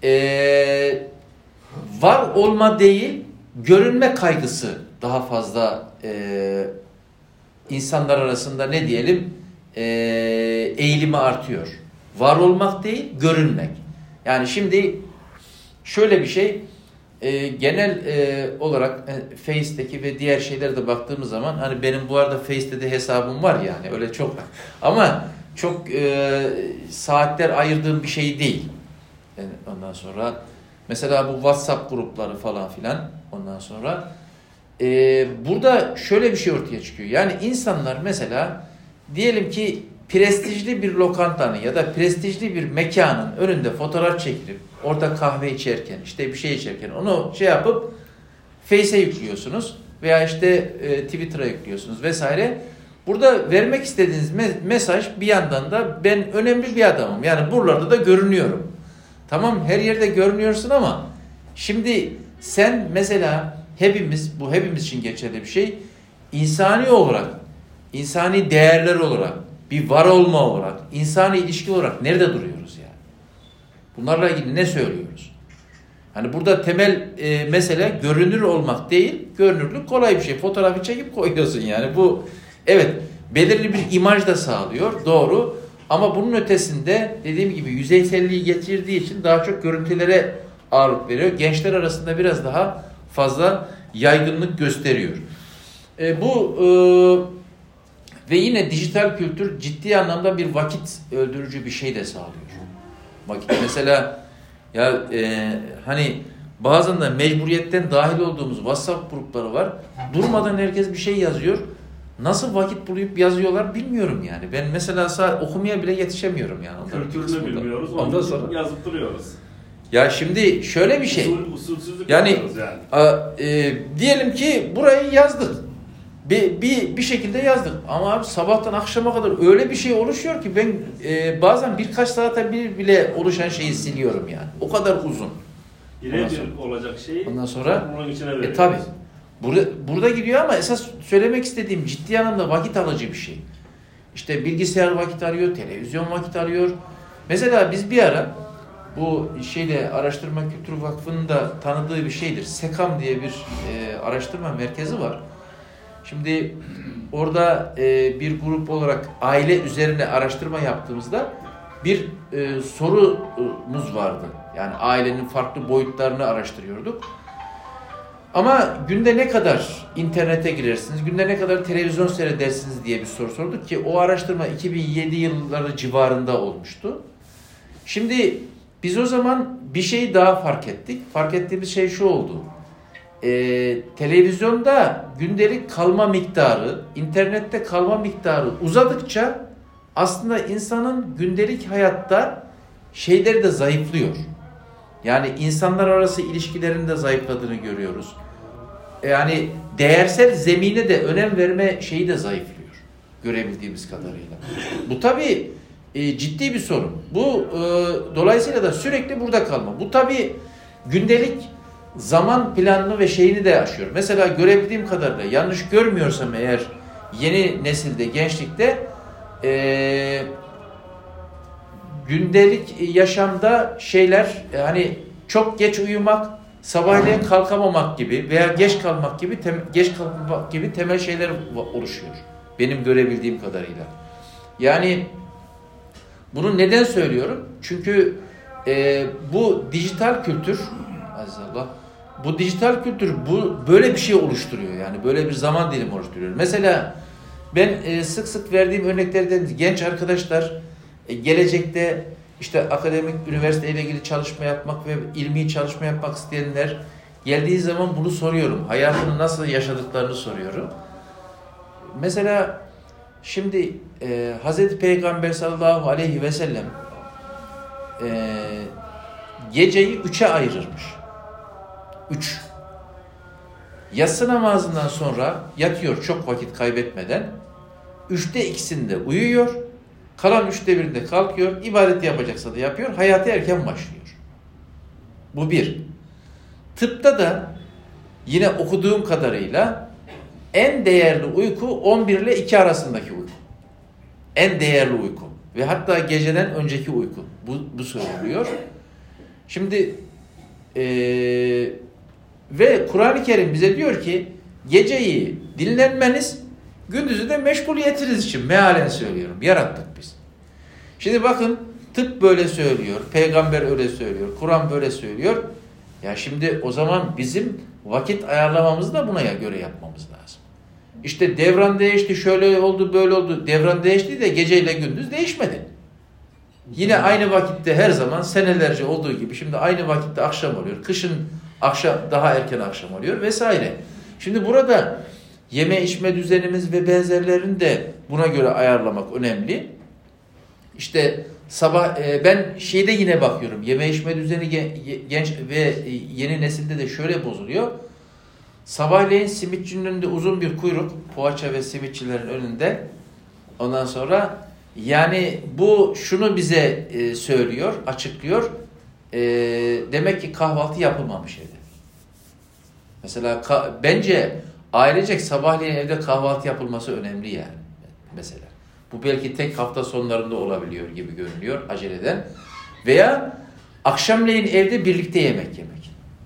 var olma değil, görünme kaygısı daha fazla insanlar arasında ne diyelim eğilimi artıyor. Var olmak değil, görünmek. Yani şimdi şöyle bir şey, genel olarak Face'teki ve diğer şeylere de baktığımız zaman, hani benim bu arada Face'te de hesabım var yani öyle çok ama çok saatler ayırdığım bir şey değil. Yani ondan sonra mesela bu WhatsApp grupları falan filan, ondan sonra burada şöyle bir şey ortaya çıkıyor. Yani insanlar mesela diyelim ki prestijli bir lokantanın ya da prestijli bir mekanın önünde fotoğraf çekilip orada kahve içerken, işte bir şey içerken onu şey yapıp Face'e yüklüyorsunuz veya işte Twitter'a yüklüyorsunuz vesaire. Burada vermek istediğiniz mesaj bir yandan da ben önemli bir adamım. Yani buralarda da görünüyorum. Tamam, her yerde görünüyorsun ama şimdi sen mesela hepimiz, bu hepimiz için geçerli bir şey, insani olarak, insani değerler olarak, bir var olma olarak, insani ilişki olarak nerede duruyoruz yani? Bunlarla ilgili ne söylüyoruz? Hani burada temel mesele görünür olmak değil, görünürlük kolay bir şey. Fotoğrafı çekip koyuyorsun yani. Bu evet belirli bir imaj da sağlıyor, doğru. Ama bunun ötesinde dediğim gibi yüzeyselliği getirdiği için daha çok görüntülere ağırlık veriyor. Gençler arasında biraz daha fazla yaygınlık gösteriyor. Ve yine dijital kültür ciddi anlamda bir vakit öldürücü bir şey de sağlıyor. Vakit mesela ya hani bazen de mecburiyetten dahil olduğumuz WhatsApp grupları var. Durmadan herkes bir şey yazıyor. Nasıl vakit bulup yazıyorlar bilmiyorum yani. Ben mesela okumaya bile yetişemiyorum yani. Kültürünü bilmiyoruz. Ondan sonra yazıp duruyoruz. Ya şimdi şöyle bir şey. Usulsüzlük yani. Yani. Diyelim ki burayı yazdık. Bir şekilde yazdık. Ama abi sabahtan akşama kadar öyle bir şey oluşuyor ki ben bazen birkaç saate bile oluşan şeyi siliyorum yani. O kadar uzun. Bir olacak şeyi ondan sonra bunun içine veriyoruz. Tabii. Burada gidiyor ama esas söylemek istediğim ciddi anlamda vakit alıcı bir şey. İşte bilgisayar vakit alıyor, televizyon vakit alıyor. Mesela biz bir ara bu Araştırma Kültür Vakfı'nın da tanıdığı bir şeydir. SEKAM diye bir araştırma merkezi var. Şimdi orada bir grup olarak aile üzerine araştırma yaptığımızda bir sorumuz vardı. Yani ailenin farklı boyutlarını araştırıyorduk. Ama günde ne kadar internete girersiniz, günde ne kadar televizyon seyredersiniz diye bir soru sorduk ki o araştırma 2007 yılları civarında olmuştu. Şimdi biz o zaman bir şey daha fark ettik. Fark ettiğimiz şey şu oldu. Televizyonda gündelik kalma miktarı, internette kalma miktarı uzadıkça aslında insanın gündelik hayatta şeyleri de zayıflıyor. Yani insanlar arası ilişkilerin de zayıfladığını görüyoruz. Yani değersel zemine de önem verme şeyi de zayıflıyor. Görebildiğimiz kadarıyla. Bu tabii ciddi bir sorun. Bu dolayısıyla da sürekli burada kalma. Bu tabii gündelik zaman planını ve şeyini de aşıyor. Mesela görebildiğim kadarıyla yanlış görmüyorsam eğer yeni nesilde, gençlikte gündelik yaşamda şeyler hani çok geç uyumak, sabahleyin kalkamamak gibi veya geç kalkmak gibi temel şeyler oluşuyor. Benim görebildiğim kadarıyla. Yani bunu neden söylüyorum? Çünkü bu dijital kültür azizallah, bu dijital kültür böyle bir şey oluşturuyor. Yani böyle bir zaman dilimi oluşturuyor. Mesela ben sık sık verdiğim örneklerden genç arkadaşlar gelecekte işte akademik üniversiteyle ilgili çalışma yapmak ve ilmi çalışma yapmak isteyenler geldiği zaman bunu soruyorum. Hayatını nasıl yaşadıklarını soruyorum. Mesela şimdi Hazreti Peygamber sallallahu aleyhi ve sellem geceyi 3'e ayırırmış. 3. Yatsı namazından sonra yatıyor çok vakit kaybetmeden. 3'te 2'sinde uyuyor. Kalan 3'te 1'inde kalkıyor. İbadet yapacaksa da yapıyor. Hayata erken başlıyor. Bu bir. Tıpta da yine okuduğum kadarıyla en değerli uyku 11 ile 2 arasındaki uyku. En değerli uyku. Ve hatta geceden önceki uyku. Bu söyleniyor. Şimdi ve Kur'an-ı Kerim bize diyor ki geceyi dinlenmeniz, gündüzü de meşguliyetiniz için mealen söylüyorum. Yarattık biz. Şimdi bakın tıp böyle söylüyor, peygamber öyle söylüyor, Kur'an böyle söylüyor. Ya şimdi o zaman bizim vakit ayarlamamızı da buna göre yapmamız lazım. İşte devran değişti, şöyle oldu, böyle oldu. Devran değişti de geceyle gündüz değişmedi. Yine aynı vakitte her zaman senelerce olduğu gibi şimdi aynı vakitte akşam oluyor. Kışın akşam daha erken akşam oluyor vesaire. Şimdi burada yeme içme düzenimiz ve benzerlerini de buna göre ayarlamak önemli. İşte sabah ben şeyde yine bakıyorum. Yeme içme düzeni genç ve yeni nesilde de şöyle bozuluyor. Sabahleyin simitçinin önünde uzun bir kuyruk, poğaça ve simitçilerin önünde. Ondan sonra yani bu şunu bize söylüyor, açıklıyor. Demek ki kahvaltı yapılmamış evde. Mesela bence ailecek sabahleyin evde kahvaltı yapılması önemli yani. Mesela. Bu belki tek hafta sonlarında olabiliyor gibi görünüyor aceleden. Veya akşamleyin evde birlikte yemek yemek.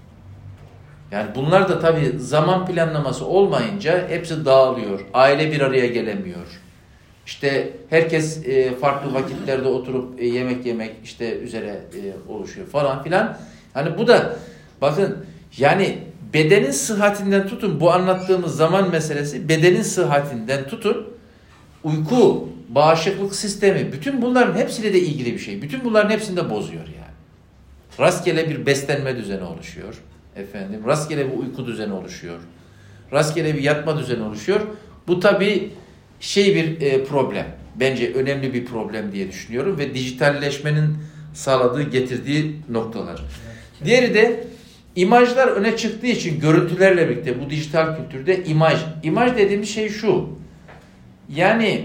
Yani bunlar da tabii zaman planlaması olmayınca hepsi dağılıyor. Aile bir araya gelemiyor. İşte herkes farklı vakitlerde oturup yemek yemek işte üzere oluşuyor falan filan. Hani bu da bakın yani bedenin sıhhatinden tutun bu anlattığımız zaman meselesi bedenin sıhhatinden tutun uyku, bağışıklık sistemi bütün bunların hepsiyle de ilgili bir şey. Bütün bunların hepsini de bozuyor yani. Rastgele bir beslenme düzeni oluşuyor. Efendim, rastgele bir uyku düzeni oluşuyor. Rastgele bir yatma düzeni oluşuyor. Bu tabii bir problem. Bence önemli bir problem diye düşünüyorum ve dijitalleşmenin sağladığı, getirdiği noktalar. Diğeri de imajlar öne çıktığı için görüntülerle birlikte bu dijital kültürde imaj dediğimiz şey şu. Yani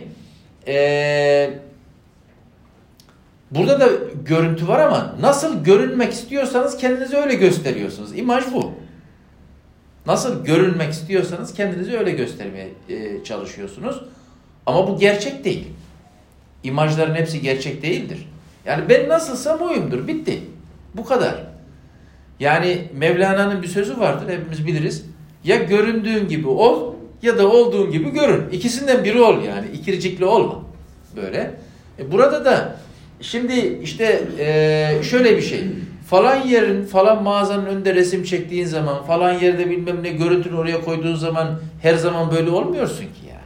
burada da görüntü var ama nasıl görünmek istiyorsanız kendinizi öyle gösteriyorsunuz. İmaj bu. Nasıl görünmek istiyorsanız kendinizi öyle göstermeye çalışıyorsunuz. Ama bu gerçek değil. İmajların hepsi gerçek değildir. Yani ben nasılsam oyumdur. Bitti. Bu kadar. Yani Mevlana'nın bir sözü vardır. Hepimiz biliriz. Ya göründüğün gibi ol ya da olduğun gibi görün. İkisinden biri ol yani. İkircikli olma. Böyle. Burada da şimdi işte şöyle bir şey. Falan yerin, falan mağazanın önünde resim çektiğin zaman, falan yerde bilmem ne görüntünü oraya koyduğun zaman her zaman böyle olmuyorsun ki yani.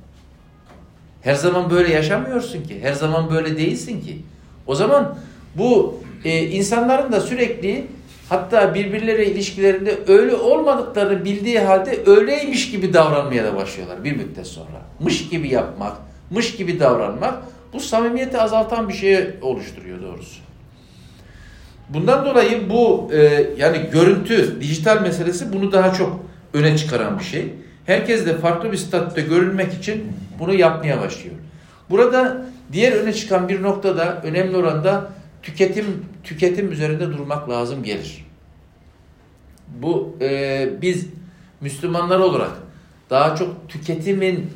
Her zaman böyle yaşamıyorsun ki. Her zaman böyle değilsin ki. O zaman bu insanların da sürekli hatta birbirleriyle ilişkilerinde öyle olmadıklarını bildiği halde öyleymiş gibi davranmaya da başlıyorlar bir müddet sonra. Mış gibi yapmak, mış gibi davranmak bu samimiyeti azaltan bir şey oluşturuyor doğrusu. Bundan dolayı bu yani görüntü, dijital meselesi bunu daha çok öne çıkaran bir şey. Herkes de farklı bir statüde görünmek için bunu yapmaya başlıyor. Burada diğer öne çıkan bir noktada önemli olan da tüketim üzerinde durmak lazım gelir. Bu biz Müslümanlar olarak daha çok tüketimin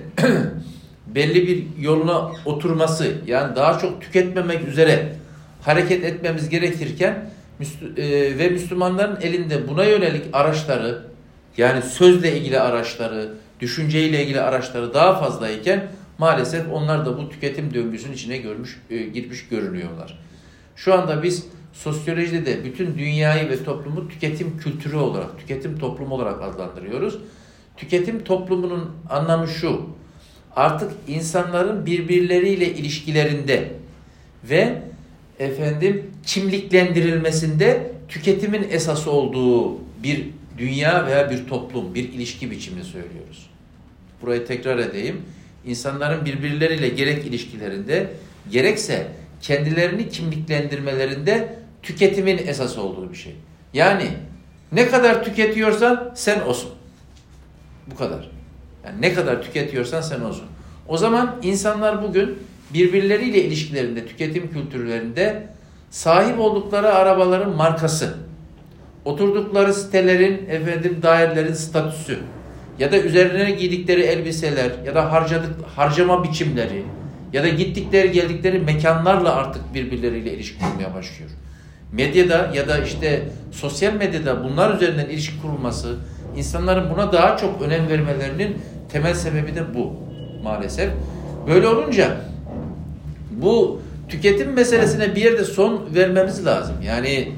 belli bir yoluna oturması yani daha çok tüketmemek üzere hareket etmemiz gerekirken ve Müslümanların elinde buna yönelik araçları yani sözle ilgili araçları, düşünceyle ilgili araçları daha fazlayken maalesef onlar da bu tüketim döngüsünün içine girmiş görünüyorlar. Şu anda biz sosyolojide de bütün dünyayı ve toplumu tüketim kültürü olarak, tüketim toplumu olarak adlandırıyoruz. Tüketim toplumunun anlamı şu, artık insanların birbirleriyle ilişkilerinde ve kimliklendirilmesinde tüketimin esası olduğu bir dünya veya bir toplum, bir ilişki biçimini söylüyoruz. Burayı tekrar edeyim. İnsanların birbirleriyle gerek ilişkilerinde, gerekse kendilerini kimliklendirmelerinde tüketimin esası olduğu bir şey. Yani ne kadar tüketiyorsan sen olsun. Bu kadar. Yani ne kadar tüketiyorsan sen olsun. O zaman insanlar bugün birbirleriyle ilişkilerinde, tüketim kültürlerinde sahip oldukları arabaların markası, oturdukları sitelerin, dairelerin statüsü ya da üzerine giydikleri elbiseler ya da harcama biçimleri ya da gittikleri geldikleri mekanlarla artık birbirleriyle ilişki kurmaya başlıyor. Medyada ya da işte sosyal medyada bunlar üzerinden ilişki kurulması, insanların buna daha çok önem vermelerinin temel sebebi de bu maalesef. Böyle olunca bu tüketim meselesine bir yerde son vermemiz lazım. Yani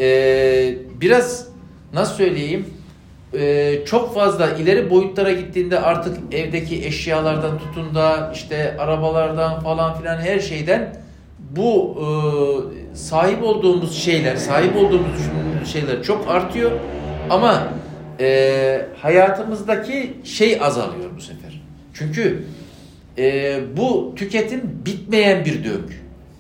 biraz nasıl söyleyeyim, çok fazla ileri boyutlara gittiğinde artık evdeki eşyalardan tutun da işte arabalardan falan filan her şeyden bu sahip olduğumuz şeyler, sahip olduğumuz düşündüğümüz şeyler çok artıyor ama hayatımızdaki şey azalıyor bu sefer. Çünkü bu tüketim bitmeyen bir döngü.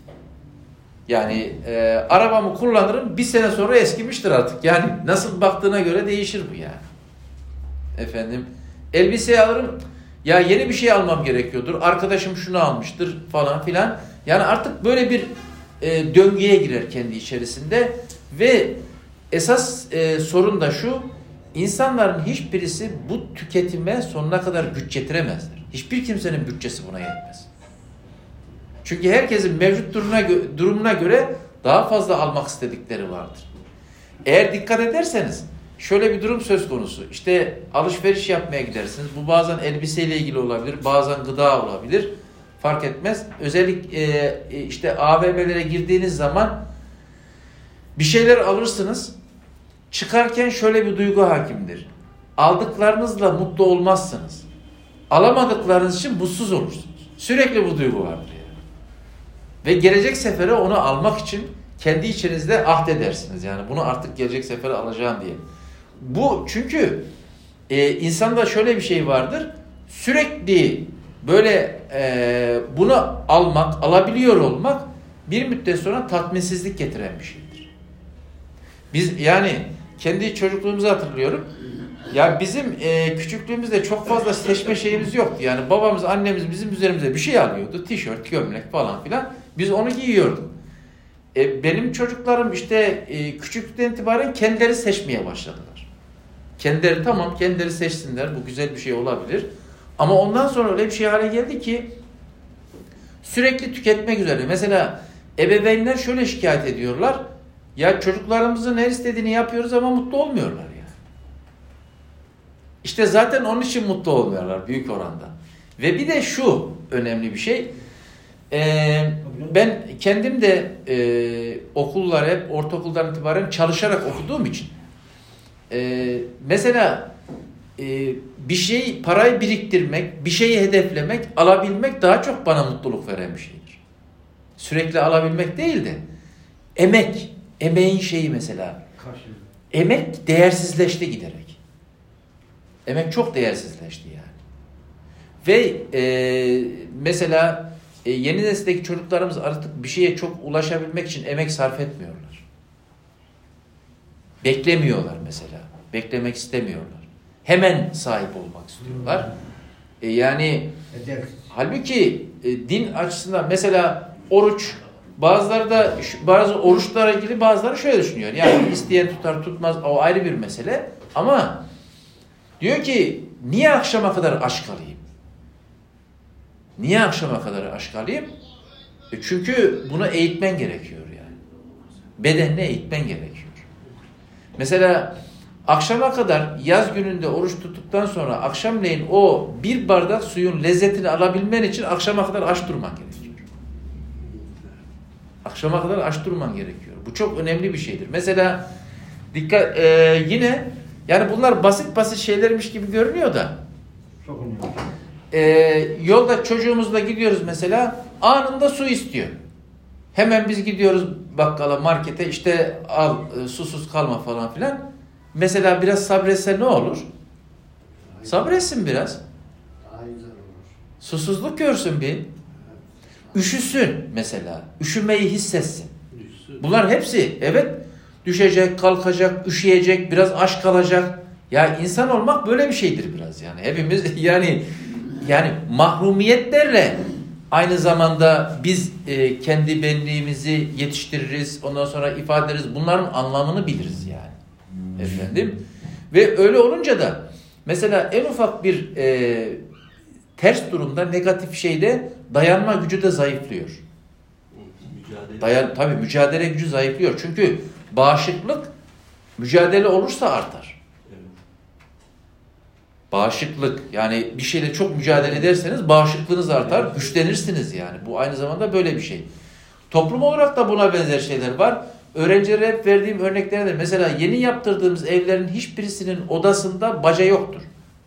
Yani arabamı kullanırım, bir sene sonra eskimiştir artık. Yani nasıl baktığına göre değişir bu yani. Efendim, elbise alırım, ya yeni bir şey almam gerekiyordur. Arkadaşım şunu almıştır falan filan. Yani artık böyle bir döngüye girer kendi içerisinde ve esas sorun da şu: insanların hiçbirisi bu tüketime sonuna kadar güç yetiremezler. Hiçbir kimsenin bütçesi buna yetmez. Çünkü herkesin mevcut durumuna göre daha fazla almak istedikleri vardır. Eğer dikkat ederseniz şöyle bir durum söz konusu. İşte alışveriş yapmaya gidersiniz. Bu bazen elbiseyle ilgili olabilir, bazen gıda olabilir. Fark etmez. Özellikle işte AVM'lere girdiğiniz zaman bir şeyler alırsınız. Çıkarken şöyle bir duygu hakimdir: aldıklarınızla mutlu olmazsınız. Alamadıklarınız için mutsuz olursunuz. Sürekli bu duygu vardır yani. Ve gelecek sefere onu almak için kendi içinizde ahdedersiniz. Yani bunu artık gelecek sefere alacağım diye. Bu çünkü insanda şöyle bir şey vardır. Sürekli böyle bunu alabiliyor olmak bir müddet sonra tatminsizlik getiren bir şeydir. Biz yani kendi çocukluğumuzu hatırlıyorum. Ya bizim küçüklüğümüzde çok fazla seçme şeyimiz yoktu. Yani babamız, annemiz bizim üzerimize bir şey alıyordu. Tişört, gömlek falan filan. Biz onu giyiyorduk. Benim çocuklarım işte küçüklükten itibaren kendileri seçmeye başladılar. Kendileri seçsinler. Bu güzel bir şey olabilir. Ama ondan sonra öyle bir şey hale geldi ki sürekli tüketmek üzere. Mesela ebeveynler şöyle şikayet ediyorlar: ya çocuklarımızın her istediğini yapıyoruz ama mutlu olmuyorlar ya. İşte zaten onun için mutlu olmuyorlar büyük oranda. Ve bir de şu önemli bir şey. Ben kendim de okullar hep ortaokuldan itibaren çalışarak okuduğum için mesela bir parayı biriktirmek, bir şeyi hedeflemek, alabilmek daha çok bana mutluluk veren bir şeydir. Sürekli alabilmek değil de emeğin şeyi mesela. Emek değersizleşti giderek. Emek çok değersizleşti yani. Ve mesela yeni nesildeki çocuklarımız artık bir şeye çok ulaşabilmek için emek sarf etmiyorlar. Beklemiyorlar mesela. Beklemek istemiyorlar. Hemen sahip olmak istiyorlar. Yani halbuki din açısından mesela oruç, bazı oruçlara ilgili bazıları şöyle düşünüyor. Yani isteyen tutar, tutmaz, o ayrı bir mesele. Ama diyor ki niye akşama kadar aç kalayım? Niye akşama kadar aç kalayım? Çünkü bunu eğitmen gerekiyor yani. Bedenine eğitmen gerekiyor. Mesela akşama kadar yaz gününde oruç tuttuktan sonra akşamleyin o bir bardak suyun lezzetini alabilmen için akşama kadar aç durman gerekiyor. Akşama kadar aç durman gerekiyor. Bu çok önemli bir şeydir. Mesela yine yani bunlar basit şeylermiş gibi görünüyor da çok önemli. Yolda çocuğumuzla gidiyoruz mesela, anında su istiyor. Hemen biz gidiyoruz bakkala, markete, işte al, susuz kalma falan filan. Mesela biraz sabretse ne olur? Sabretsin biraz. Daha güzel olur. Susuzluk görsün bir. Üşüsün mesela. Üşümeyi hissetsin. Bunlar hepsi evet, düşecek, kalkacak, üşüyecek, biraz aç kalacak. Ya insan olmak böyle bir şeydir biraz yani. Hepimiz yani mahrumiyetlerle aynı zamanda biz kendi benliğimizi yetiştiririz, ondan sonra ifade ederiz. Bunların anlamını biliriz yani. Efendim. Ve öyle olunca da mesela en ufak bir ters durumda, negatif şeyde dayanma gücü de zayıflıyor. Tabii mücadele gücü zayıflıyor. Çünkü bağışıklık mücadele olursa artar. Bağışıklık, yani bir şeyle çok mücadele ederseniz bağışıklığınız artar, güçlenirsiniz yani. Bu aynı zamanda böyle bir şey. Toplum olarak da buna benzer şeyler var. Öğrencilere hep verdiğim örneklerde mesela yeni yaptırdığımız evlerin hiçbirisinin odasında baca yoktur.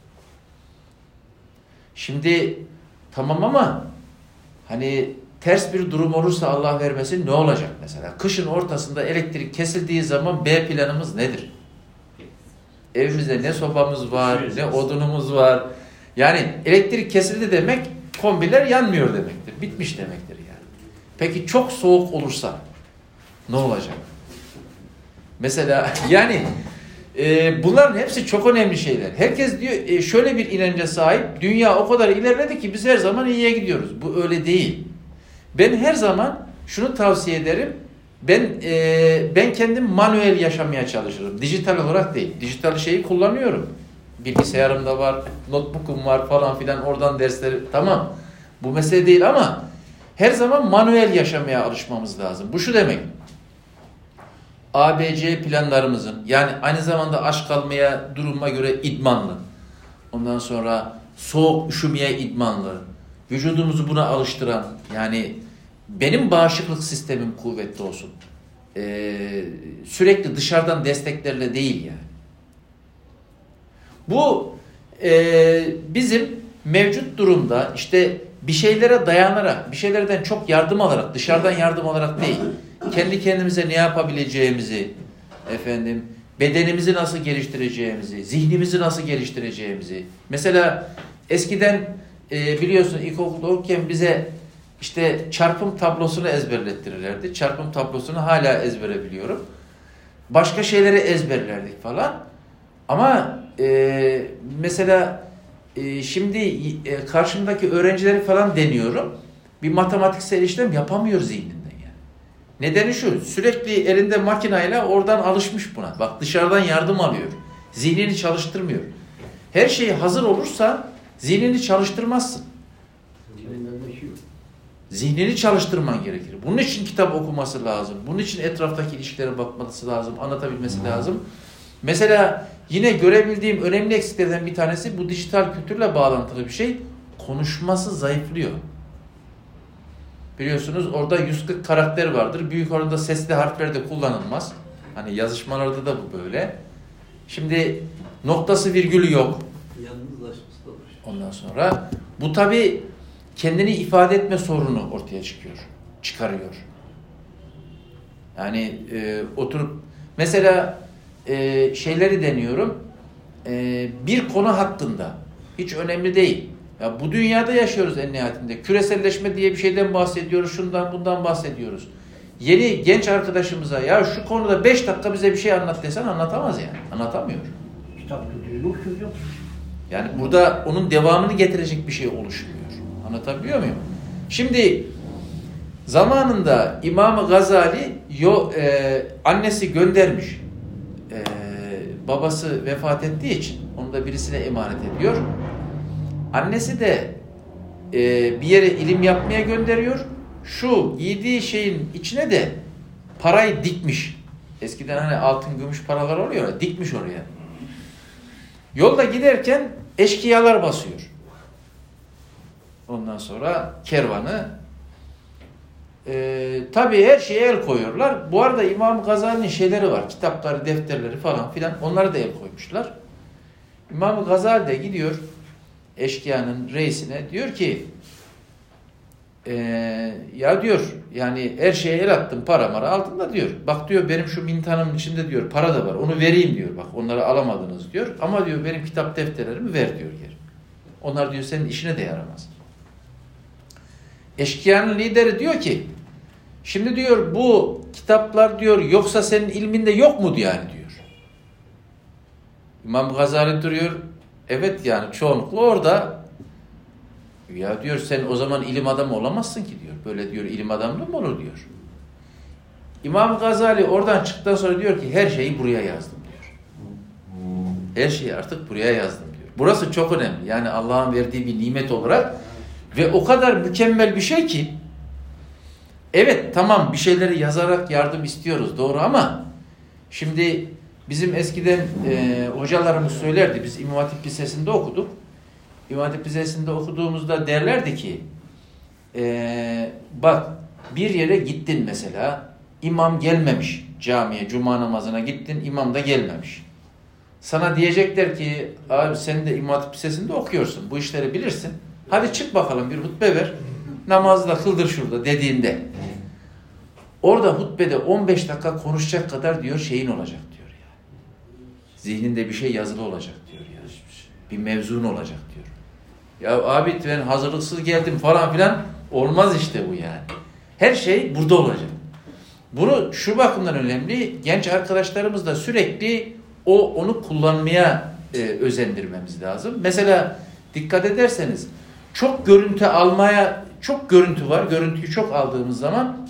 Şimdi tamam ama hani ters bir durum olursa Allah vermesin ne olacak mesela? Kışın ortasında elektrik kesildiği zaman B planımız nedir? Evimizde ne sobamız var, ne odunumuz var. Yani elektrik kesildi demek kombiler yanmıyor demektir. Bitmiş demektir yani. Peki çok soğuk olursa ne olacak? Mesela yani bunların hepsi çok önemli şeyler. Herkes diyor şöyle bir inanca sahip. Dünya o kadar ilerledi ki biz her zaman iyiye gidiyoruz. Bu öyle değil. Ben her zaman şunu tavsiye ederim. Ben kendim manuel yaşamaya çalışırım. Dijital olarak değil. Dijital şeyi kullanıyorum. Bilgisayarımda var, notebook'um var falan filan, oradan dersleri. Tamam. Bu mesele değil ama her zaman manuel yaşamaya alışmamız lazım. Bu şu demek. ABC planlarımızın, yani aynı zamanda aç kalmaya duruma göre idmanlı. Ondan sonra soğuk üşümeye idmanlı. Vücudumuzu buna alıştıran, yani benim bağışıklık sistemim kuvvetli olsun. Sürekli dışarıdan desteklerle değil yani. Bu bizim mevcut durumda işte bir şeylere dayanarak, bir şeylerden çok yardım alarak, dışarıdan yardım alarak değil, kendi kendimize ne yapabileceğimizi, bedenimizi nasıl geliştireceğimizi, zihnimizi nasıl geliştireceğimizi. Mesela eskiden biliyorsun ilkokulda okurken bize işte çarpım tablosunu ezberlettirirlerdi. Çarpım tablosunu hala ezbere biliyorum. Başka şeyleri ezberlerdik falan. Ama mesela şimdi karşımdaki öğrencileri falan deniyorum. Bir matematiksel işlem yapamıyor zihninden yani. Nedeni şu, sürekli elinde makinayla oradan alışmış buna. Bak dışarıdan yardım alıyor. Zihnini çalıştırmıyor. Her şey hazır olursa zihnini çalıştırmazsın. Zihnini çalıştırman gerekir. Bunun için kitap okuması lazım. Bunun için etraftaki ilişkilere bakması lazım. Anlatabilmesi lazım. Mesela yine görebildiğim önemli eksiklerden bir tanesi bu dijital kültürle bağlantılı bir şey. Konuşması zayıflıyor. Biliyorsunuz orada 140 karakter vardır. Büyük oranda sesli harfler de kullanılmaz. Hani yazışmalarda da bu böyle. Şimdi noktası virgülü yok. Yalnızlaşması da var. Ondan sonra bu tabii kendini ifade etme sorunu ortaya çıkarıyor. Yani oturup mesela şeyleri deniyorum. Bir konu hakkında hiç önemli değil. Ya bu dünyada yaşıyoruz en nihayetinde. Küreselleşme diye bir şeyden bahsediyoruz. Şundan bundan bahsediyoruz. Yeni genç arkadaşımıza ya şu konuda 5 dakika bize bir şey anlat desen anlatamaz yani. Anlatamıyor. Kitap yok hocam. Yani burada onun devamını getirecek bir şey oluşmuyor. Anlatabiliyor muyum? Şimdi zamanında İmam-ı Gazali annesi göndermiş. Babası vefat ettiği için onu da birisine emanet ediyor. Annesi de bir yere ilim yapmaya gönderiyor. Şu giydiği şeyin içine de parayı dikmiş. Eskiden hani altın, gümüş paralar oluyor ya, dikmiş oraya. Yolda giderken eşkıyalar basıyor. Ondan sonra kervanı tabii her şeye el koyuyorlar. Bu arada İmam Gazali'nin şeyleri var. Kitapları, defterleri falan filan. Onları da el koymuşlar. İmam Gazali de gidiyor eşkıyanın reisine. Diyor ki ya diyor yani her şeye el attım, para mara altında diyor. Bak diyor benim şu mintanımın içinde diyor para da var. Onu vereyim diyor. Bak onları alamadınız diyor. Ama diyor benim kitap defterlerimi ver diyor geri. Onlar diyor senin işine de yaramaz. Eşkıyanın lideri diyor ki şimdi diyor bu kitaplar diyor yoksa senin ilminde yok mu yani diyor. İmam Gazali duruyor. Evet yani çoğunlukla orada. Ya diyor sen o zaman ilim adamı olamazsın ki diyor. Böyle diyor ilim adamı mı olur diyor. İmam Gazali oradan çıktıktan sonra diyor ki her şeyi buraya yazdım diyor. Her şeyi artık buraya yazdım diyor. Burası çok önemli. Yani Allah'ın verdiği bir nimet olarak. Ve o kadar mükemmel bir şey ki, evet tamam bir şeyleri yazarak yardım istiyoruz doğru ama şimdi bizim eskiden hocalarımız söylerdi, biz İmam Hatip Lisesi'nde okuduk. İmam Hatip Lisesi'nde okuduğumuzda derlerdi ki bak bir yere gittin mesela, imam gelmemiş camiye, cuma namazına gittin, imam da gelmemiş. Sana diyecekler ki abi sen de İmam Hatip Lisesi'nde okuyorsun, bu işleri bilirsin. Hadi çık bakalım bir hutbe ver, namazı da kıldır şurada dediğinde. Orada hutbede 15 dakika konuşacak kadar diyor şeyin olacak diyor ya. Zihninde bir şey yazılı olacak diyor ya. Bir mevzun olacak diyor. Ya abi ben hazırlıksız geldim falan filan, olmaz işte bu yani. Her şey burada olacak. Bunu şu bakımdan önemli, genç arkadaşlarımız da sürekli onu kullanmaya özendirmemiz lazım. Mesela dikkat ederseniz çok görüntü almaya, çok görüntü var. Görüntüyü çok aldığımız zaman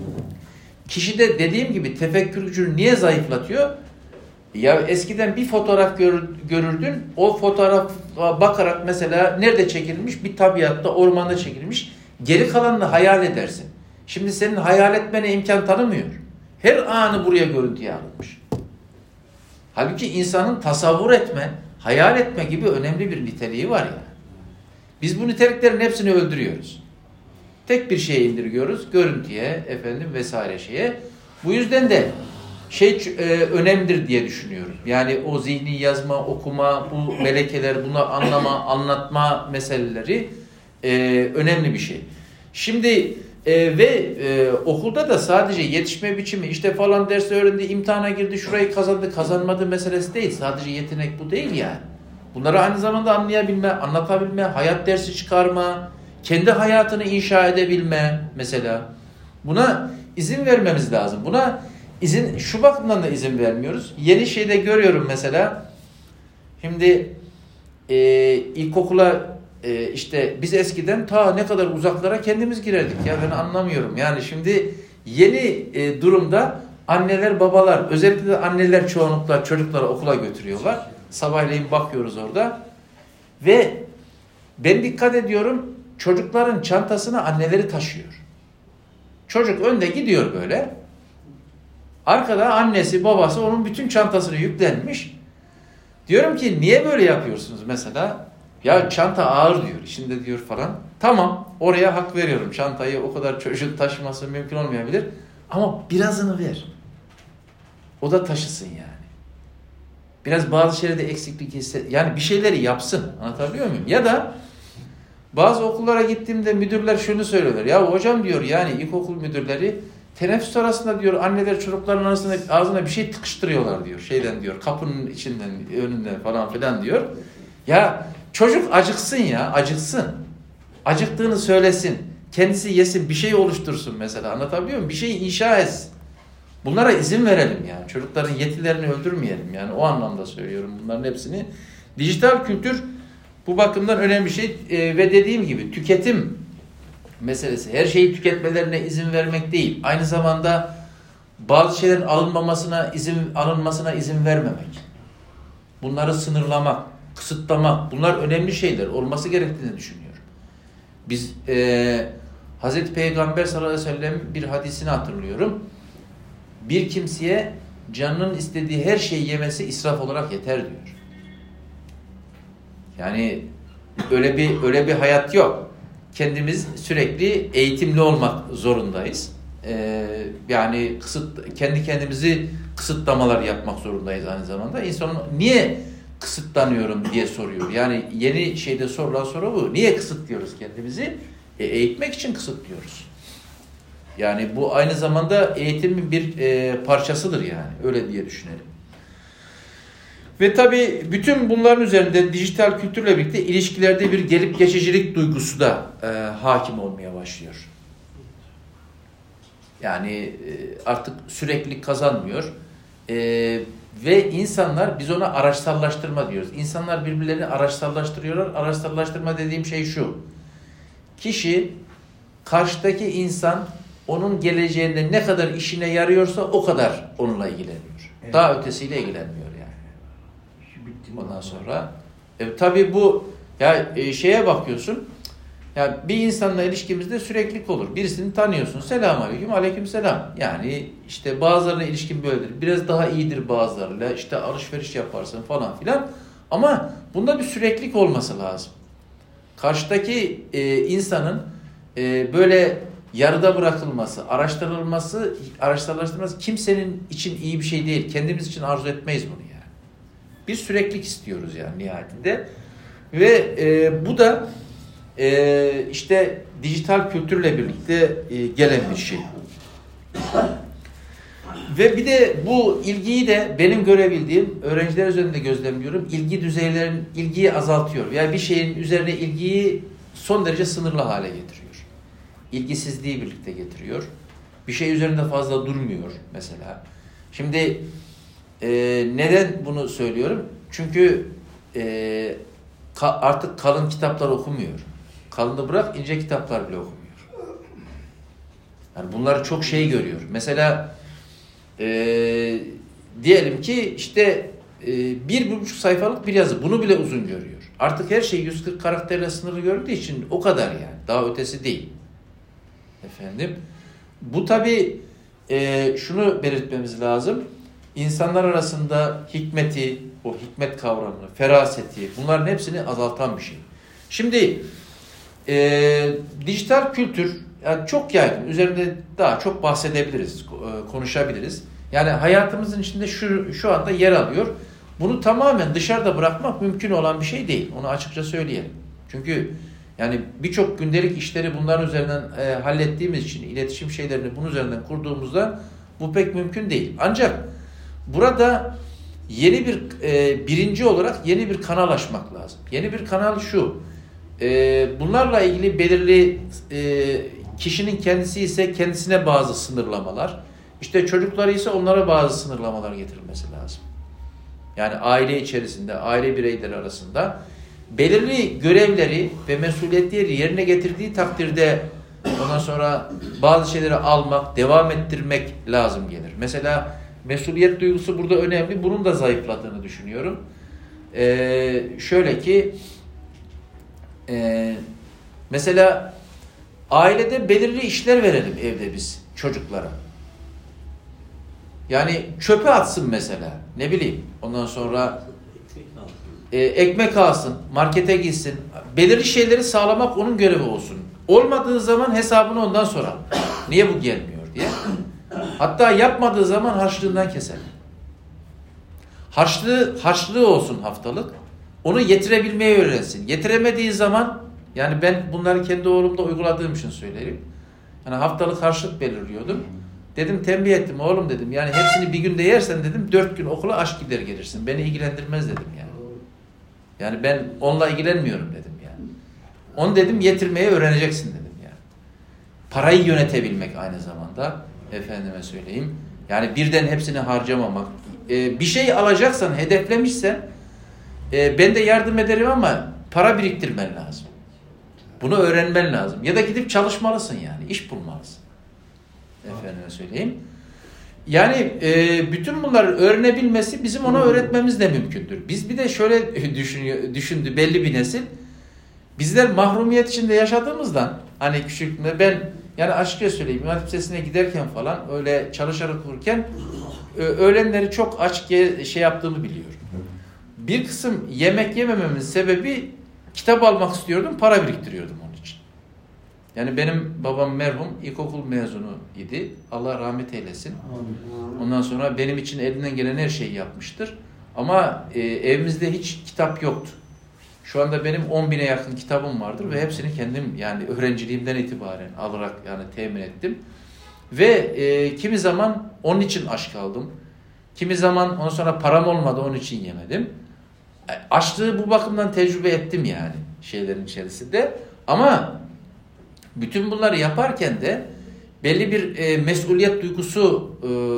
kişide dediğim gibi tefekkür gücünü niye zayıflatıyor? Ya eskiden bir fotoğraf görürdün, o fotoğrafa bakarak mesela nerede çekilmiş? Bir tabiatta, ormanda çekilmiş. Geri kalanını hayal edersin. Şimdi senin hayal etmene imkan tanımıyor. Her anı buraya görüntüye alınmış. Halbuki insanın tasavvur etme, hayal etme gibi önemli bir niteliği var ya. Biz bu niteliklerin hepsini öldürüyoruz. Tek bir şeye indirgiyoruz, görüntüye, vesaire şeye. Bu yüzden de önemlidir diye düşünüyorum. Yani o zihni yazma, okuma, bu melekeler, bunu anlama, anlatma meseleleri önemli bir şey. Şimdi okulda da sadece yetişme biçimi, işte falan dersi öğrendi, imtihana girdi, şurayı kazandı, kazanmadı meselesi değil. Sadece yetenek bu değil yani. Bunları aynı zamanda anlayabilme, anlatabilme, hayat dersi çıkarma, kendi hayatını inşa edebilme mesela. Buna izin vermemiz lazım. Buna şu bakımdan da izin vermiyoruz. Yeni şeyde görüyorum mesela. Şimdi ilkokula işte biz eskiden ta ne kadar uzaklara kendimiz girerdik ya, ben anlamıyorum. Yani şimdi yeni durumda anneler babalar, özellikle de anneler çoğunlukla çocukları okula götürüyorlar. Sabahleyin bakıyoruz orada ve ben dikkat ediyorum, çocukların çantasını anneleri taşıyor. Çocuk önde gidiyor böyle. Arkada annesi babası onun bütün çantasını yüklenmiş. Diyorum ki niye böyle yapıyorsunuz mesela? Ya çanta ağır diyor, içinde diyor falan. Tamam, oraya hak veriyorum. Çantayı o kadar çocuğun taşıması mümkün olmayabilir. Ama birazını ver. O da taşısın yani. Biraz bazı şeylerde eksiklik yani bir şeyleri yapsın. Anlatabiliyor muyum? Ya da bazı okullara gittiğimde müdürler şunu söylüyorlar. Ya hocam diyor, yani ilkokul müdürleri teneffüs arasında diyor anneler çocukların arasında ağzına bir şey tıkıştırıyorlar diyor. Şeyden diyor, kapının içinden, önünden falan filan diyor. Ya çocuk acıksın ya, acıksın. Acıktığını söylesin. Kendisi yesin, bir şey oluştursun mesela. Anlatabiliyor muyum? Bir şey inşa etsin. Bunlara izin verelim yani. Çocukların yetilerini öldürmeyelim yani. O anlamda söylüyorum bunların hepsini. Dijital kültür bu bakımdan önemli bir şey. Ve dediğim gibi tüketim meselesi. Her şeyi tüketmelerine izin vermek değil. Aynı zamanda bazı şeylerin alınmasına izin vermemek. Bunları sınırlamak, kısıtlamak. Bunlar önemli şeyler. Olması gerektiğini düşünüyorum. Biz Hazreti Peygamber sallallahu aleyhi ve sellem bir hadisini hatırlıyorum. Bir kimseye canının istediği her şeyi yemesi israf olarak yeter diyor. Yani öyle bir hayat yok. Kendimiz sürekli eğitimli olmak zorundayız. Yani kendi kendimizi kısıtlamalar yapmak zorundayız aynı zamanda. İnsanın niye kısıtlanıyorum diye soruyor. Yani yeni şeyde sorulan soru bu. Niye kısıtlıyoruz kendimizi? Eğitmek için kısıtlıyoruz. Yani bu aynı zamanda eğitimin bir parçasıdır yani. Öyle diye düşünelim. Ve tabii bütün bunların üzerinde dijital kültürle birlikte ilişkilerde bir gelip geçicilik duygusu da hakim olmaya başlıyor. Yani artık sürekli kazanmıyor. Ve insanlar, biz ona araçsallaştırma diyoruz. İnsanlar birbirlerini araçsallaştırıyorlar. Araçsallaştırma dediğim şey şu. Kişi, karşıdaki insan onun geleceğinde ne kadar işine yarıyorsa o kadar onunla ilgileniyor. Evet. Daha ötesiyle ilgilenmiyor yani. Ondan sonra tabii bu şeye bakıyorsun. Yani bir insanla ilişkimizde süreklilik olur. Birisini tanıyorsun. Selamünaleyküm, aleykümselam. Yani işte bazılarına ilişkin böyledir. Biraz daha iyidir bazılarıyla. İşte alışveriş yaparsın falan filan. Ama bunda bir süreklilik olması lazım. Karşıdaki insanın böyle yarıda bırakılması, araçsallaştırılması kimsenin için iyi bir şey değil. Kendimiz için arzu etmeyiz bunu yani. Bir süreklilik istiyoruz yani nihayetinde. Ve bu da işte dijital kültürle birlikte gelen bir şey. Ve bir de bu ilgiyi de benim görebildiğim, öğrenciler üzerinde gözlemliyorum, ilgiyi azaltıyor. Yani bir şeyin üzerine ilgiyi son derece sınırlı hale getiriyor. İlgisizliği birlikte getiriyor. Bir şey üzerinde fazla durmuyor mesela. Şimdi neden bunu söylüyorum? Çünkü artık kalın kitaplar okumuyor. Kalını bırak, ince kitaplar bile okumuyor. Yani bunları çok şey görüyor. Mesela diyelim ki işte 1,5 sayfalık bir yazı. Bunu bile uzun görüyor. Artık her şey 140 karakterle sınırlı gördüğü için o kadar yani. Daha ötesi değil. Efendim. Bu tabii şunu belirtmemiz lazım. İnsanlar arasında hikmeti, o hikmet kavramını, feraseti, bunların hepsini azaltan bir şey. Şimdi dijital kültür yani çok yaygın. Üzerinde daha çok bahsedebiliriz, konuşabiliriz. Yani hayatımızın içinde şu anda yer alıyor. Bunu tamamen dışarıda bırakmak mümkün olan bir şey değil. Onu açıkça söyleyelim. Çünkü yani birçok gündelik işleri bunların üzerinden hallettiğimiz için, iletişim şeylerini bunun üzerinden kurduğumuzda bu pek mümkün değil. Ancak burada yeni birinci olarak yeni bir kanal açmak lazım. Yeni bir kanal şu. Bunlarla ilgili belirli kişinin kendisi ise kendisine bazı sınırlamalar, işte çocukları ise onlara bazı sınırlamalar getirilmesi lazım. Yani aile içerisinde, aile bireyleri arasında belirli görevleri ve mesuliyetleri yerine getirdiği takdirde ondan sonra bazı şeyleri almak, devam ettirmek lazım gelir. Mesela mesuliyet duygusu burada önemli. Bunun da zayıfladığını düşünüyorum. Şöyle ki mesela ailede belirli işler verelim evde biz çocuklara. Yani çöpe atsın mesela. Ne bileyim. Ondan sonra ekmek alsın, markete gitsin. Belirli şeyleri sağlamak onun görevi olsun. Olmadığı zaman hesabını ondan soralım. Niye bu gelmiyor diye. Hatta yapmadığı zaman harçlığından keselim. Harçlığı olsun haftalık. Onu getirebilmeyi öğrensin. Getiremediği zaman yani ben bunları kendi oğlumda uyguladığım için söyleyeyim. Yani haftalık harçlık belirliyordum. Dedim tembih ettim oğlum dedim. Yani hepsini bir günde yersen dedim 4 gün okula aç gider gelirsin. Beni ilgilendirmez dedim yani. Yani ben onunla ilgilenmiyorum dedim yani. Onu dedim getirmeyi öğreneceksin dedim yani. Parayı yönetebilmek aynı zamanda efendime söyleyeyim. Yani birden hepsini harcamamak. Bir şey alacaksan, hedeflemişsen ben de yardım ederim ama para biriktirmen lazım. Bunu öğrenmen lazım. Ya da gidip çalışmalısın yani. İş bulmalısın. Efendime söyleyeyim. Yani bütün bunları öğrenebilmesi bizim ona öğretmemiz de mümkündür. Biz bir de şöyle düşündü belli bir nesil. Bizler mahrumiyet içinde yaşadığımızdan hani küçüklüğümde ben yani açıkça söyleyeyim İmam Hatip Lisesi'ne giderken falan öyle çalışarak okurken öğlenleri çok aç şey yaptığımı biliyorum. Bir kısım yemek yemememin sebebi kitap almak istiyordum, para biriktiriyordum onun için. Yani benim babam merhum ilkokul mezunu idi. Allah rahmet eylesin. Ondan sonra benim için elinden gelen her şeyi yapmıştır. Ama evimizde hiç kitap yoktu. Şu anda benim 10.000'e yakın kitabım vardır ve hepsini kendim yani öğrenciliğimden itibaren alarak yani temin ettim. Ve kimi zaman onun için aç kaldım. Kimi zaman ondan sonra param olmadı onun için yemedim. Açlığı bu bakımdan tecrübe ettim yani şeylerin içerisinde. Ama bütün bunları yaparken de belli bir mesuliyet duygusu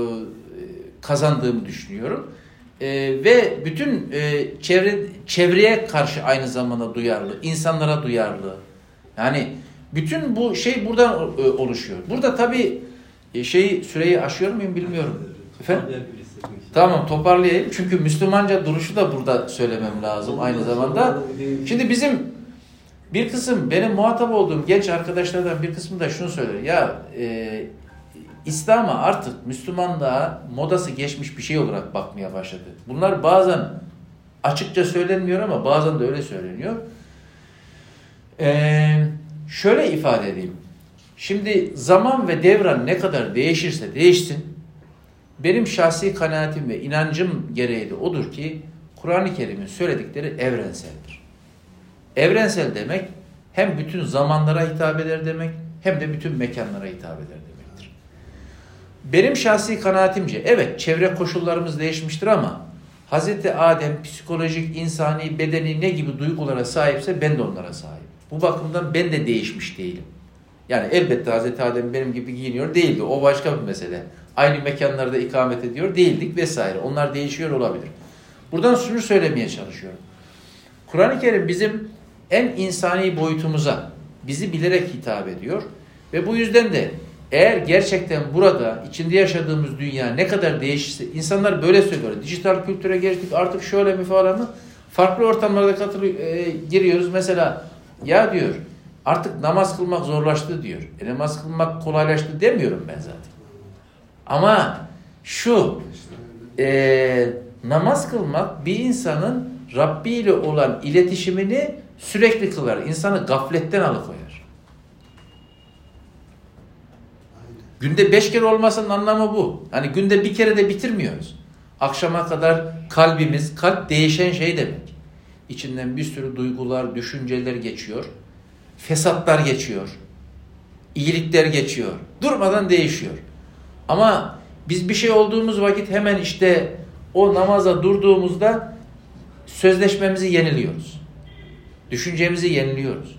kazandığımı düşünüyorum. Ve bütün çevreye karşı aynı zamanda duyarlı, insanlara duyarlı. Yani bütün bu şey buradan oluşuyor. Burada tabii süreyi aşıyor muyum bilmiyorum. Efendim? Tamam toparlayayım. Çünkü Müslümanca duruşu da burada söylemem lazım aynı zamanda. Şimdi bizim Bir kısım benim muhatap olduğum genç arkadaşlardan bir kısmı da şunu söyler. Ya İslam'a artık Müslümanlığa modası geçmiş bir şey olarak bakmaya başladı. Bunlar bazen açıkça söylenmiyor ama bazen de öyle söyleniyor. Şöyle ifade edeyim. Şimdi zaman ve devran ne kadar değişirse değişsin, benim şahsi kanaatim ve inancım gereği de odur ki Kur'an-ı Kerim'in söyledikleri evrenseldir. Evrensel demek hem bütün zamanlara hitap eder demek hem de bütün mekanlara hitap eder demektir. Benim şahsi kanaatimce evet çevre koşullarımız değişmiştir ama Hz. Adem psikolojik, insani, bedeni ne gibi duygulara sahipse ben de onlara sahibim. Bu bakımdan ben de değişmiş değilim. Yani elbette Hz. Adem benim gibi giyiniyor değildi. O başka bir mesele. Aynı mekanlarda ikamet ediyor değildik vesaire. Onlar değişiyor olabilir. Buradan şunu söylemeye çalışıyorum. Kur'an-ı Kerim bizim en insani boyutumuza bizi bilerek hitap ediyor. Ve bu yüzden de eğer gerçekten burada içinde yaşadığımız dünya ne kadar değişirse insanlar böyle söylüyor. Dijital kültüre geçtik artık şöyle mi falan mı? Farklı ortamlarda giriyoruz. Mesela ya diyor artık namaz kılmak zorlaştı diyor. Namaz kılmak kolaylaştı demiyorum ben zaten. Ama şu namaz kılmak bir insanın Rabbi ile olan iletişimini sürekli kılar. İnsanı gafletten alıkoyar. Günde 5 kere olmasının anlamı bu. Hani günde bir kere de bitirmiyoruz. Akşama kadar kalp değişen şey demek. İçinden bir sürü duygular, düşünceler geçiyor. Fesatlar geçiyor. İyilikler geçiyor. Durmadan değişiyor. Ama biz bir şey olduğumuz vakit hemen işte o namaza durduğumuzda sözleşmemizi yeniliyoruz. Düşüncemizi yeniliyoruz.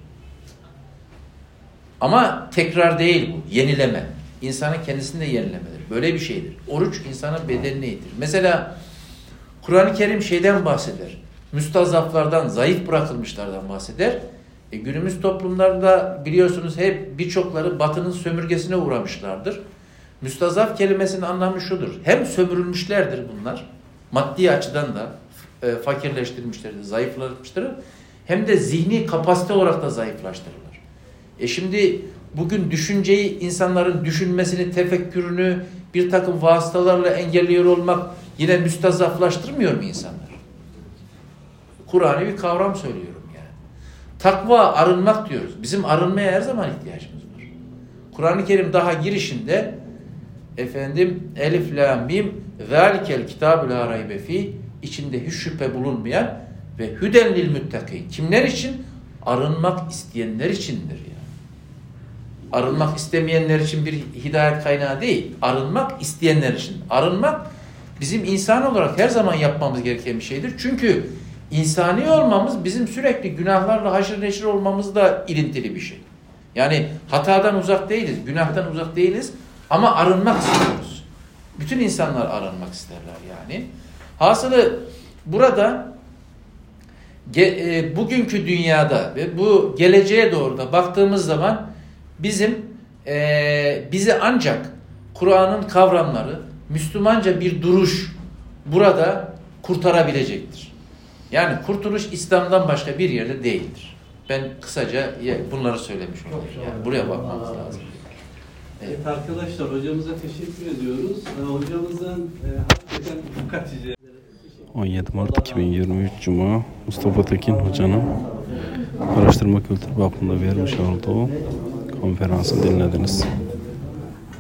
Ama tekrar değil bu. Yenileme. İnsanın kendisini de yenilemedir. Böyle bir şeydir. Oruç insanın bedenini eğitir. Mesela Kur'an-ı Kerim şeyden bahseder. Müstazaflardan, zayıf bırakılmışlardan bahseder. Günümüz toplumlarında biliyorsunuz hep birçokları Batı'nın sömürgesine uğramışlardır. Müstazaf kelimesinin anlamı şudur. Hem sömürülmüşlerdir bunlar. Maddi açıdan da fakirleştirilmişlerdir, zayıflamıştır. Hem de zihni kapasite olarak da zayıflaştırırlar. Şimdi bugün düşünceyi, insanların düşünmesini, tefekkürünü bir takım vasıtalarla engelliyor olmak yine müstazaflaştırmıyor mu insanlar? Kur'an'ı bir kavram söylüyorum yani. Takva, arınmak diyoruz. Bizim arınmaya her zaman ihtiyacımız var. Kur'an-ı Kerim daha girişinde Elif, Lam, Mim zâlikel kitâbü lâ raybe fî içinde hiç şüphe bulunmayan ve hüden lil müttakîn. Kimler için? Arınmak isteyenler içindir yani. Arınmak istemeyenler için bir hidayet kaynağı değil. Arınmak isteyenler için. Arınmak bizim insan olarak her zaman yapmamız gereken bir şeydir. Çünkü insani olmamız bizim sürekli günahlarla haşır neşir olmamızla ilintili bir şey. Yani hatadan uzak değiliz, günahtan uzak değiliz ama arınmak istiyoruz. Bütün insanlar arınmak isterler yani. Hasılı burada bugünkü dünyada ve bu geleceğe doğru da baktığımız zaman bizi ancak Kur'an'ın kavramları, Müslümanca bir duruş burada kurtarabilecektir. Yani kurtuluş İslam'dan başka bir yerde değildir. Ben kısaca bunları söylemiş olayım. Yani buraya bakmamız lazım. Evet arkadaşlar hocamıza teşekkür ediyoruz. Hocamızın hakikaten dikkatlice 17 Mart 2023 Cuma Mustafa Tekin Hoca'nın araştırma kültür bakımında vermiş olduğu konferansı dinlediniz.